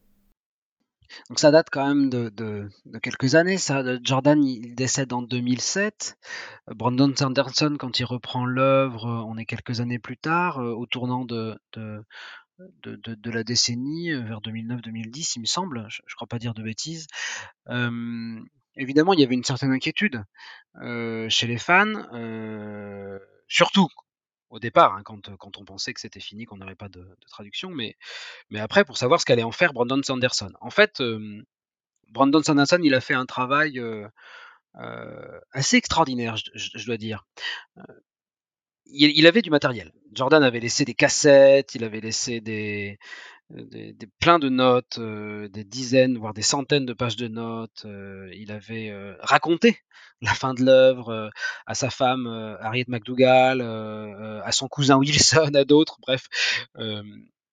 Donc ça date quand même de, de, de quelques années. Ça. Jordan, il décède en deux mille sept. Brandon Sanderson, quand il reprend l'œuvre, on est quelques années plus tard, au tournant de, de, de, de, de la décennie, vers deux mille neuf deux mille dix, il me semble. Je ne crois pas dire de bêtises. Euh, évidemment, il y avait une certaine inquiétude euh, chez les fans, euh, surtout au départ, hein, quand, quand on pensait que c'était fini, qu'on n'aurait pas de, de traduction, mais, mais après, pour savoir ce qu'allait en faire Brandon Sanderson. En fait, euh, Brandon Sanderson, il a fait un travail euh, euh, assez extraordinaire, je, je, je dois dire. Euh, il, il avait du matériel. Jordan avait laissé des cassettes, il avait laissé des, des, des plein de notes, euh, des dizaines, voire des centaines de pages de notes. Euh, il avait euh, raconté la fin de l'œuvre euh, à sa femme euh, Harriet McDougall, euh, à son cousin Wilson, à d'autres, bref. Euh,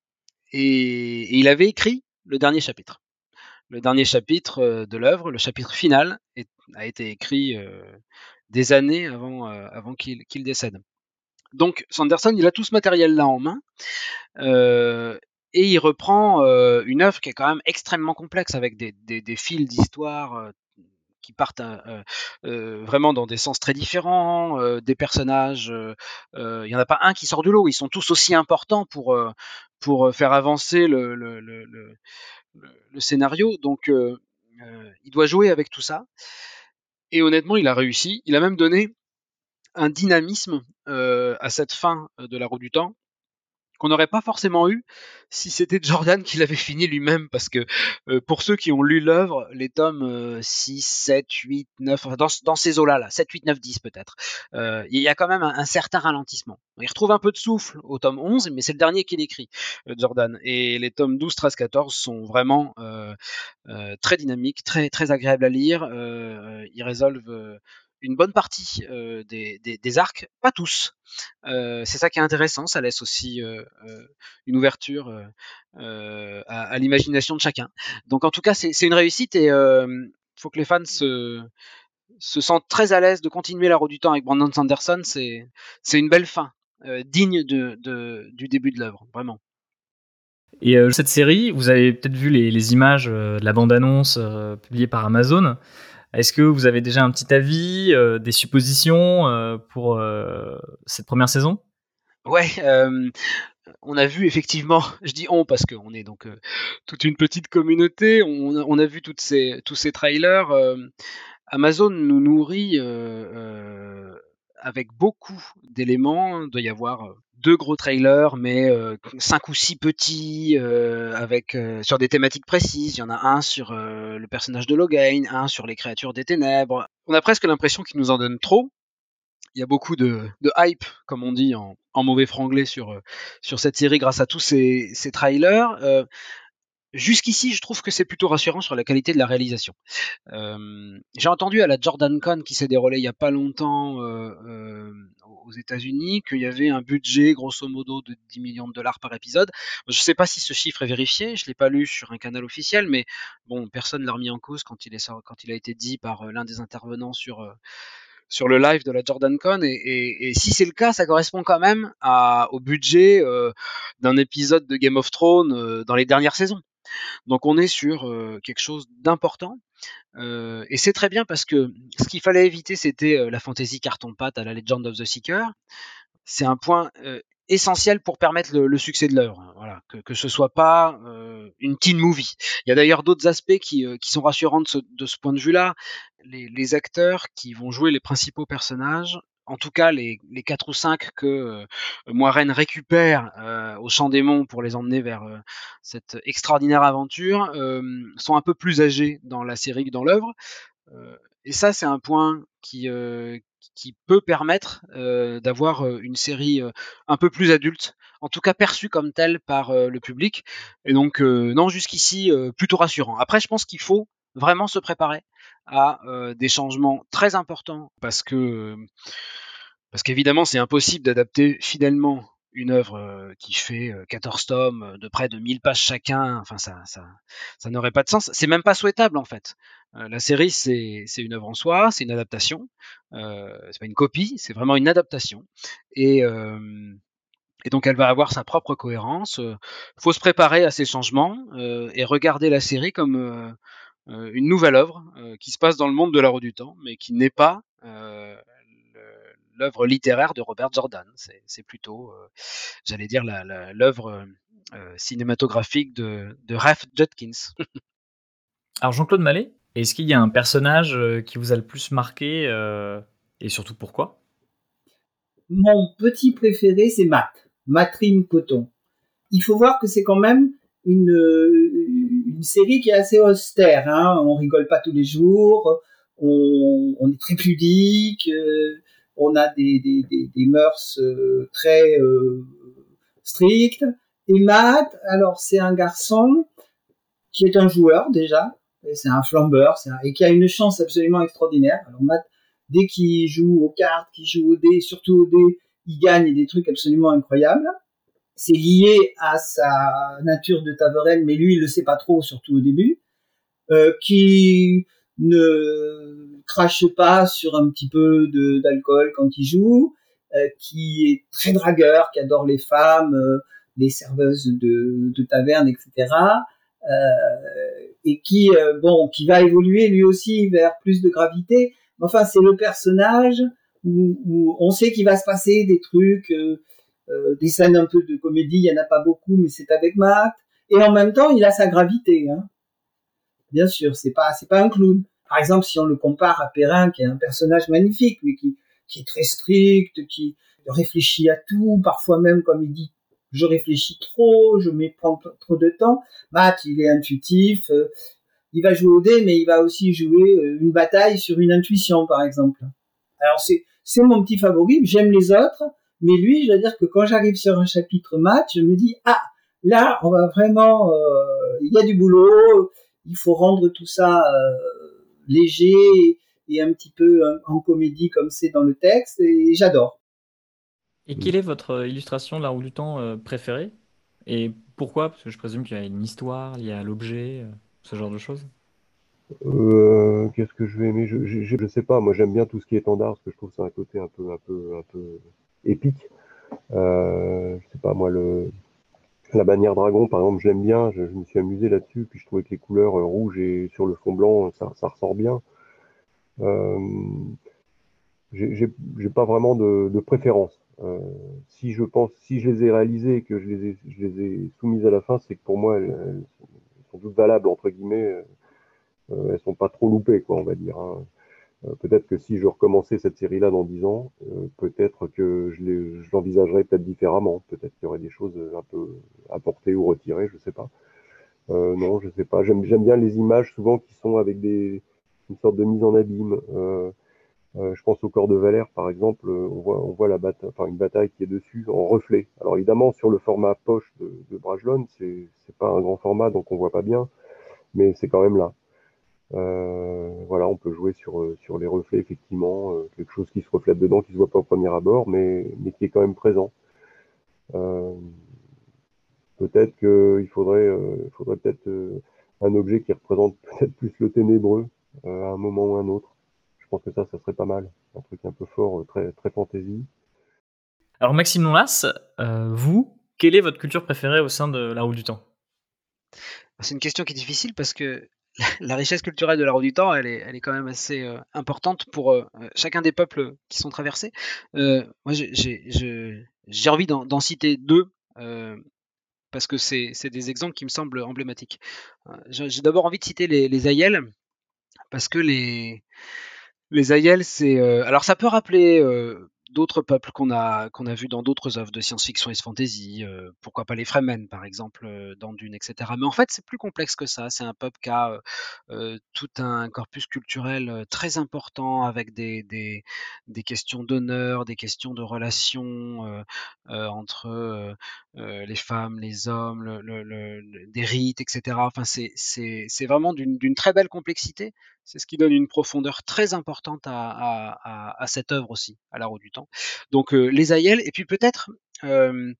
et, et il avait écrit le dernier chapitre. Le dernier chapitre de l'œuvre, le chapitre final, est, a été écrit euh, des années avant, euh, avant qu'il, qu'il décède. Donc Sanderson, il a tout ce matériel-là en main, euh, et il reprend euh, une œuvre qui est quand même extrêmement complexe, avec des, des, des fils d'histoire euh, qui partent euh, euh, vraiment dans des sens très différents, euh, des personnages, il euh, n'y en a pas un qui sort du lot, ils sont tous aussi importants pour, euh, pour faire avancer le, le, le, le, le scénario, donc euh, euh, il doit jouer avec tout ça, et honnêtement il a réussi, il a même donné un dynamisme euh, à cette fin de la Roue du Temps qu'on n'aurait pas forcément eu si c'était Jordan qui l'avait fini lui-même, parce que euh, pour ceux qui ont lu l'œuvre, les tomes euh, six, sept, huit, neuf, enfin dans, dans ces eaux-là, là, sept, huit, neuf, dix peut-être, euh, il y a quand même un, un certain ralentissement. Il retrouve un peu de souffle au tome onze, mais c'est le dernier qu'il écrit, euh, Jordan. Et les tomes douze, treize, quatorze sont vraiment euh, euh, très dynamiques, très, très agréables à lire. Euh, ils résolvent euh, une bonne partie euh, des, des, des arcs, pas tous. Euh, c'est ça qui est intéressant, ça laisse aussi euh, euh, une ouverture euh, euh, à, à l'imagination de chacun. Donc en tout cas, c'est, c'est une réussite, et il euh, faut que les fans se, se sentent très à l'aise de continuer la Roue du Temps avec Brandon Sanderson. C'est, c'est une belle fin, euh, digne de, de, du début de l'œuvre, vraiment. Et euh, cette série, vous avez peut-être vu les, les images euh, de la bande-annonce euh, publiée par Amazon. Est-ce que vous avez déjà un petit avis, euh, des suppositions euh, pour euh, cette première saison ? Ouais, euh, on a vu effectivement, je dis on parce qu'on est donc euh, toute une petite communauté, on a, on a vu toutes ces, tous ces trailers. Euh, Amazon nous nourrit euh, euh, avec beaucoup d'éléments. Il doit y avoir deux gros trailers, mais euh, cinq ou six petits euh, avec euh, sur des thématiques précises. Il y en a un sur euh, le personnage de Logain, un sur les créatures des ténèbres. On a presque l'impression qu'ils nous en donnent trop. Il y a beaucoup de, de hype, comme on dit en, en mauvais franglais, sur, sur cette série grâce à tous ces, ces trailers. Euh, jusqu'ici, je trouve que c'est plutôt rassurant sur la qualité de la réalisation. Euh, j'ai entendu à la Jordan Con qui s'est déroulée il n'y a pas longtemps euh, euh, aux États-Unis qu'il y avait un budget grosso modo de dix millions de dollars par épisode. Je ne sais pas si ce chiffre est vérifié, je ne l'ai pas lu sur un canal officiel, mais bon, personne ne l'a remis en cause quand il, est, quand il a été dit par l'un des intervenants sur, euh, sur le live de la Jordan Con, et, et, et si c'est le cas, ça correspond quand même à, au budget euh, d'un épisode de Game of Thrones euh, dans les dernières saisons. Donc on est sur euh, quelque chose d'important. Euh, et c'est très bien, parce que ce qu'il fallait éviter, c'était euh, la fantasy carton-pâte à la Legend of the Seeker. C'est un point euh, essentiel pour permettre le, le succès de l'œuvre. Voilà, que, que ce soit pas euh, une teen movie. Il y a d'ailleurs d'autres aspects qui, euh, qui sont rassurants de ce, de ce point de vue-là. Les, les acteurs qui vont jouer les principaux personnages, en tout cas les, les quatre ou cinq que euh, Moiraine récupère euh, au Champ des Monts pour les emmener vers euh, cette extraordinaire aventure, euh, sont un peu plus âgés dans la série que dans l'œuvre. Euh, et ça, c'est un point qui, euh, qui peut permettre euh, d'avoir euh, une série euh, un peu plus adulte, en tout cas perçue comme telle par euh, le public. Et donc, euh, non, jusqu'ici, euh, plutôt rassurant. Après, je pense qu'il faut vraiment se préparer à euh, des changements très importants, parce que parce qu'évidemment, c'est impossible d'adapter fidèlement une œuvre euh, qui fait euh, quatorze tomes de près de mille pages chacun. Enfin, ça, ça, ça n'aurait pas de sens. C'est même pas souhaitable, en fait. Euh, la série, c'est, c'est une œuvre en soi, c'est une adaptation. Euh, c'est pas une copie, c'est vraiment une adaptation. Et, euh, Et donc elle va avoir sa propre cohérence. Il faut se préparer à ces changements euh, et regarder la série comme euh, euh, une nouvelle œuvre euh, qui se passe dans le monde de la Roue du Temps, mais qui n'est pas euh, le- l'œuvre littéraire de Robert Jordan. C'est, c'est plutôt, euh, j'allais dire, la, la, l'œuvre euh, cinématographique de, de Ralph Judkins. Alors Jean-Claude Mallet, est-ce qu'il y a un personnage euh, qui vous a le plus marqué euh, et surtout pourquoi? Mon petit préféré, c'est Matt, Matrine Coton. Il faut voir que c'est quand même une, une série qui est assez austère. Hein. On rigole pas tous les jours, on, on est très pudique, euh, on a des, des, des, des mœurs euh, très euh, strictes. Et Matt, alors c'est un garçon qui est un joueur déjà, c'est un flambeur, c'est un, et qui a une chance absolument extraordinaire. Alors Matt, dès qu'il joue aux cartes, qu'il joue au dé, surtout au dé, il gagne des trucs absolument incroyables. C'est lié à sa nature de Taverel, mais lui, il le sait pas trop, surtout au début. Euh, qui ne crache pas sur un petit peu de, d'alcool quand il joue, euh, qui est très dragueur, qui adore les femmes, euh, les serveuses de, de taverne, et cetera. Euh, et qui, euh, bon, qui va évoluer lui aussi vers plus de gravité. Enfin, c'est le personnage où, où on sait qu'il va se passer des trucs, euh, euh, des scènes un peu de comédie. Il y en a pas beaucoup, mais c'est avec Matt. Et en même temps, il a sa gravité. Hein. Bien sûr, c'est pas c'est pas un clown. Par exemple, si on le compare à Perrin, qui est un personnage magnifique, mais qui qui est très strict, qui réfléchit à tout, parfois même comme il dit, je réfléchis trop, je me prends trop de temps. Matt, il est intuitif, euh, il va jouer au dé, mais il va aussi jouer euh, une bataille sur une intuition, par exemple. Alors c'est c'est mon petit favori. J'aime les autres, mais lui, je dois dire que quand j'arrive sur un chapitre Matt, je me dis ah là, on va vraiment, euh, il y a du boulot. Il faut rendre tout ça euh, léger et un petit peu en comédie comme c'est dans le texte, et j'adore. Et quelle est votre illustration de la roue du temps euh, préférée? Et pourquoi? Parce que je présume qu'il y a une histoire liée à l'objet, euh, ce genre de choses. Euh, qu'est-ce que je vais aimer? Je, je, je sais pas. Moi, j'aime bien tout ce qui est étendard parce que je trouve ça un côté un peu, un peu, un peu épique. Euh, je sais pas moi le la bannière dragon par exemple, j'aime bien. Je, je me suis amusé là-dessus. Puis je trouvais que les couleurs euh, rouges et sur le fond blanc, ça, ça ressort bien. Euh, j'ai j'ai j'ai pas vraiment de, de préférence. Euh, si je pense, si je les ai réalisées et que je les ai, je les ai soumises à la fin, c'est que pour moi, elles, elles sont toutes valables entre guillemets. Euh, elles sont pas trop loupées, quoi, on va dire. Hein. Euh, peut-être que si je recommençais cette série-là dans dix ans, euh, peut-être que je, les, je l'envisagerais peut-être différemment. Peut-être qu'il y aurait des choses un peu apportées ou retirées, je sais pas. Euh, non, je sais pas. J'aime, j'aime bien les images souvent qui sont avec des, une sorte de mise en abîme. Euh, euh, je pense au corps de Valère, par exemple. On voit, on voit la bataille, enfin une bataille qui est dessus en reflet. Alors évidemment, sur le format poche de, de Brajlon, c'est, c'est pas un grand format, donc on voit pas bien, mais c'est quand même là. Euh, voilà, on peut jouer sur, euh, sur les reflets, effectivement, euh, quelque chose qui se reflète dedans, qui se voit pas au premier abord, mais, mais qui est quand même présent. Euh, peut-être qu'il faudrait, euh, faudrait peut-être euh, un objet qui représente peut-être plus le ténébreux euh, à un moment ou à un autre. Je pense que ça, ça serait pas mal. Un truc un peu fort, euh, très, très fantaisie. Alors Maxime Lonlas, euh, vous, quelle est votre culture préférée au sein de la roue du temps? C'est une question qui est difficile parce que la richesse culturelle de la Roue du Temps, elle est, elle est quand même assez euh, importante pour euh, chacun des peuples qui sont traversés. Euh, moi, j'ai, j'ai, je- j'ai envie d'en, d'en citer deux euh, parce que c'est, c'est des exemples qui me semblent emblématiques. Euh, J'ai, j'ai d'abord envie de citer les, les Aïels parce que les, les Aïels, c'est euh, alors ça peut rappeler euh, d'autres peuples qu'on a qu'on a vus dans d'autres œuvres de science-fiction et de fantasy. Euh, pourquoi pas les Fremen, par exemple, euh, dans Dune, et cetera. Mais en fait, c'est plus complexe que ça. C'est un peuple qui a euh, euh, tout un corpus culturel euh, très important avec des des, des questions d'honneur, des questions de relations euh, euh, entre euh, euh, les femmes, les hommes, le, le, le, le- des rites, et cetera. Enfin, c'est c'est c'est vraiment d'une d'une très belle complexité. C'est ce qui donne une profondeur très importante à, à, à, à cette œuvre aussi, à la Roue du Temps. Donc euh, les Aïels, et puis peut-être euh,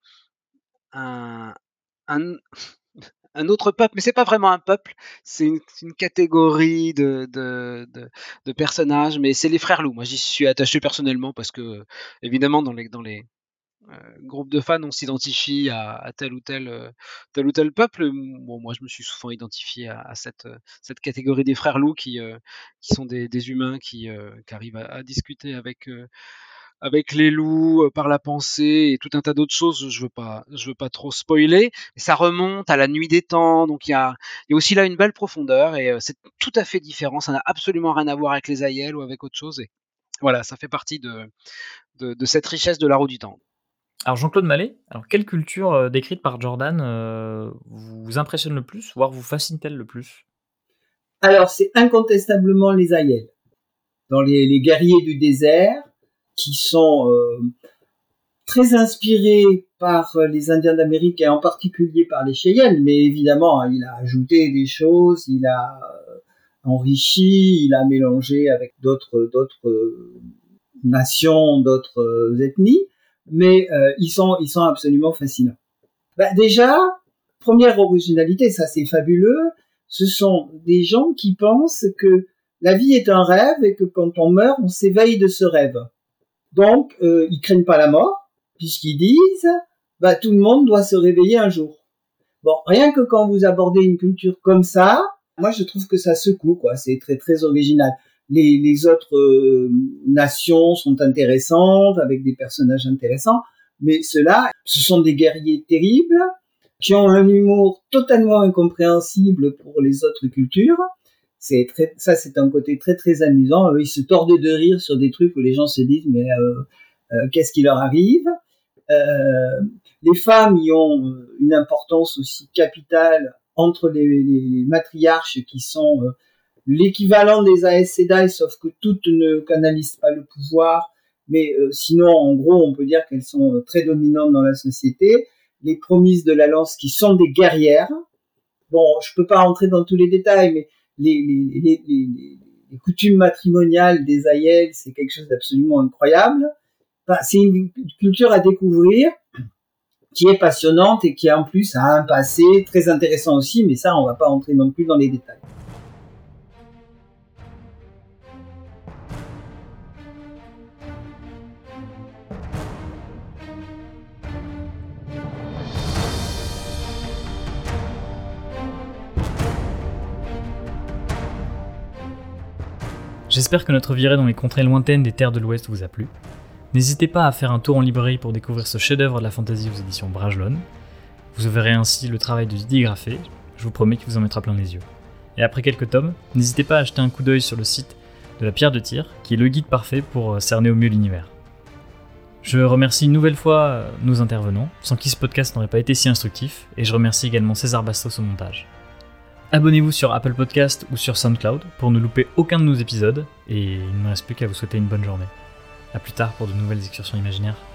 un, un, un autre peuple, mais c'est pas vraiment un peuple, c'est une, une catégorie de, de, de, de personnages, mais c'est les frères loups. Moi, j'y suis attaché personnellement parce que, évidemment, dans les, dans les, groupe de fans, on s'identifie à, à tel ou tel, euh, tel ou tel peuple. Bon, moi, je me suis souvent identifié à, à cette, euh, cette catégorie des frères loups qui, euh, qui sont des, des humains qui, euh, qui arrivent à, à discuter avec, euh, avec les loups euh, par la pensée et tout un tas d'autres choses. Je veux pas, je veux pas trop spoiler. Mais ça remonte à la nuit des temps, donc il y a, il y a aussi là une belle profondeur et euh, c'est tout à fait différent. Ça n'a absolument rien à voir avec les Aiel ou avec autre chose. Et voilà, ça fait partie de, de, de cette richesse de la roue du temps. Alors Jean-Claude Mallet, alors quelle culture euh, décrite par Jordan euh, vous impressionne le plus, voire vous fascine-t-elle le plus? Alors c'est incontestablement les Aiel, dans les, les guerriers du désert, qui sont euh, très inspirés par les Indiens d'Amérique et en particulier par les Cheyennes, mais évidemment il a ajouté des choses, il a euh, enrichi, il a mélangé avec d'autres d'autres euh, nations, d'autres euh, ethnies. Mais euh, ils sont ils sont absolument fascinants. Bah, déjà, première originalité, ça c'est fabuleux, ce sont des gens qui pensent que la vie est un rêve et que quand on meurt, on s'éveille de ce rêve. Donc, euh, ils craignent pas la mort, puisqu'ils disent bah tout le monde doit se réveiller un jour. Bon, rien que quand vous abordez une culture comme ça, moi je trouve que ça secoue, quoi, c'est très très original. Les, les autres euh, nations sont intéressantes, avec des personnages intéressants, mais ceux-là, ce sont des guerriers terribles, qui ont un humour totalement incompréhensible pour les autres cultures. C'est très, ça, c'est un côté très très amusant. Ils se tordent de rire sur des trucs où les gens se disent, mais euh, euh, qu'est-ce qui leur arrive? euh, Les femmes y ont une importance aussi capitale entre les, les matriarches qui sont... Euh, l'équivalent des Aes Sedai, sauf que toutes ne canalisent pas le pouvoir, mais euh, sinon, en gros, on peut dire qu'elles sont euh, très dominantes dans la société. Les promises de la lance, qui sont des guerrières. Bon, je peux pas rentrer dans tous les détails, mais les, les, les, les, les coutumes matrimoniales des Aiel, c'est quelque chose d'absolument incroyable. Enfin, c'est une culture à découvrir, qui est passionnante et qui, en plus, a un passé très intéressant aussi, mais ça, on va pas rentrer non plus dans les détails. J'espère que notre virée dans les contrées lointaines des terres de l'Ouest vous a plu. N'hésitez pas à faire un tour en librairie pour découvrir ce chef-d'œuvre de la fantasy aux éditions Bragelonne. Vous verrez ainsi le travail de Didier Graffé, je vous promets qu'il vous en mettra plein les yeux. Et après quelques tomes, n'hésitez pas à jeter un coup d'œil sur le site de la Pierre de Tir, qui est le guide parfait pour cerner au mieux l'univers. Je remercie une nouvelle fois nos intervenants, sans qui ce podcast n'aurait pas été si instructif, et je remercie également César Bastos au montage. Abonnez-vous sur Apple Podcast ou sur SoundCloud pour ne louper aucun de nos épisodes, et il ne me reste plus qu'à vous souhaiter une bonne journée. A plus tard pour de nouvelles excursions imaginaires.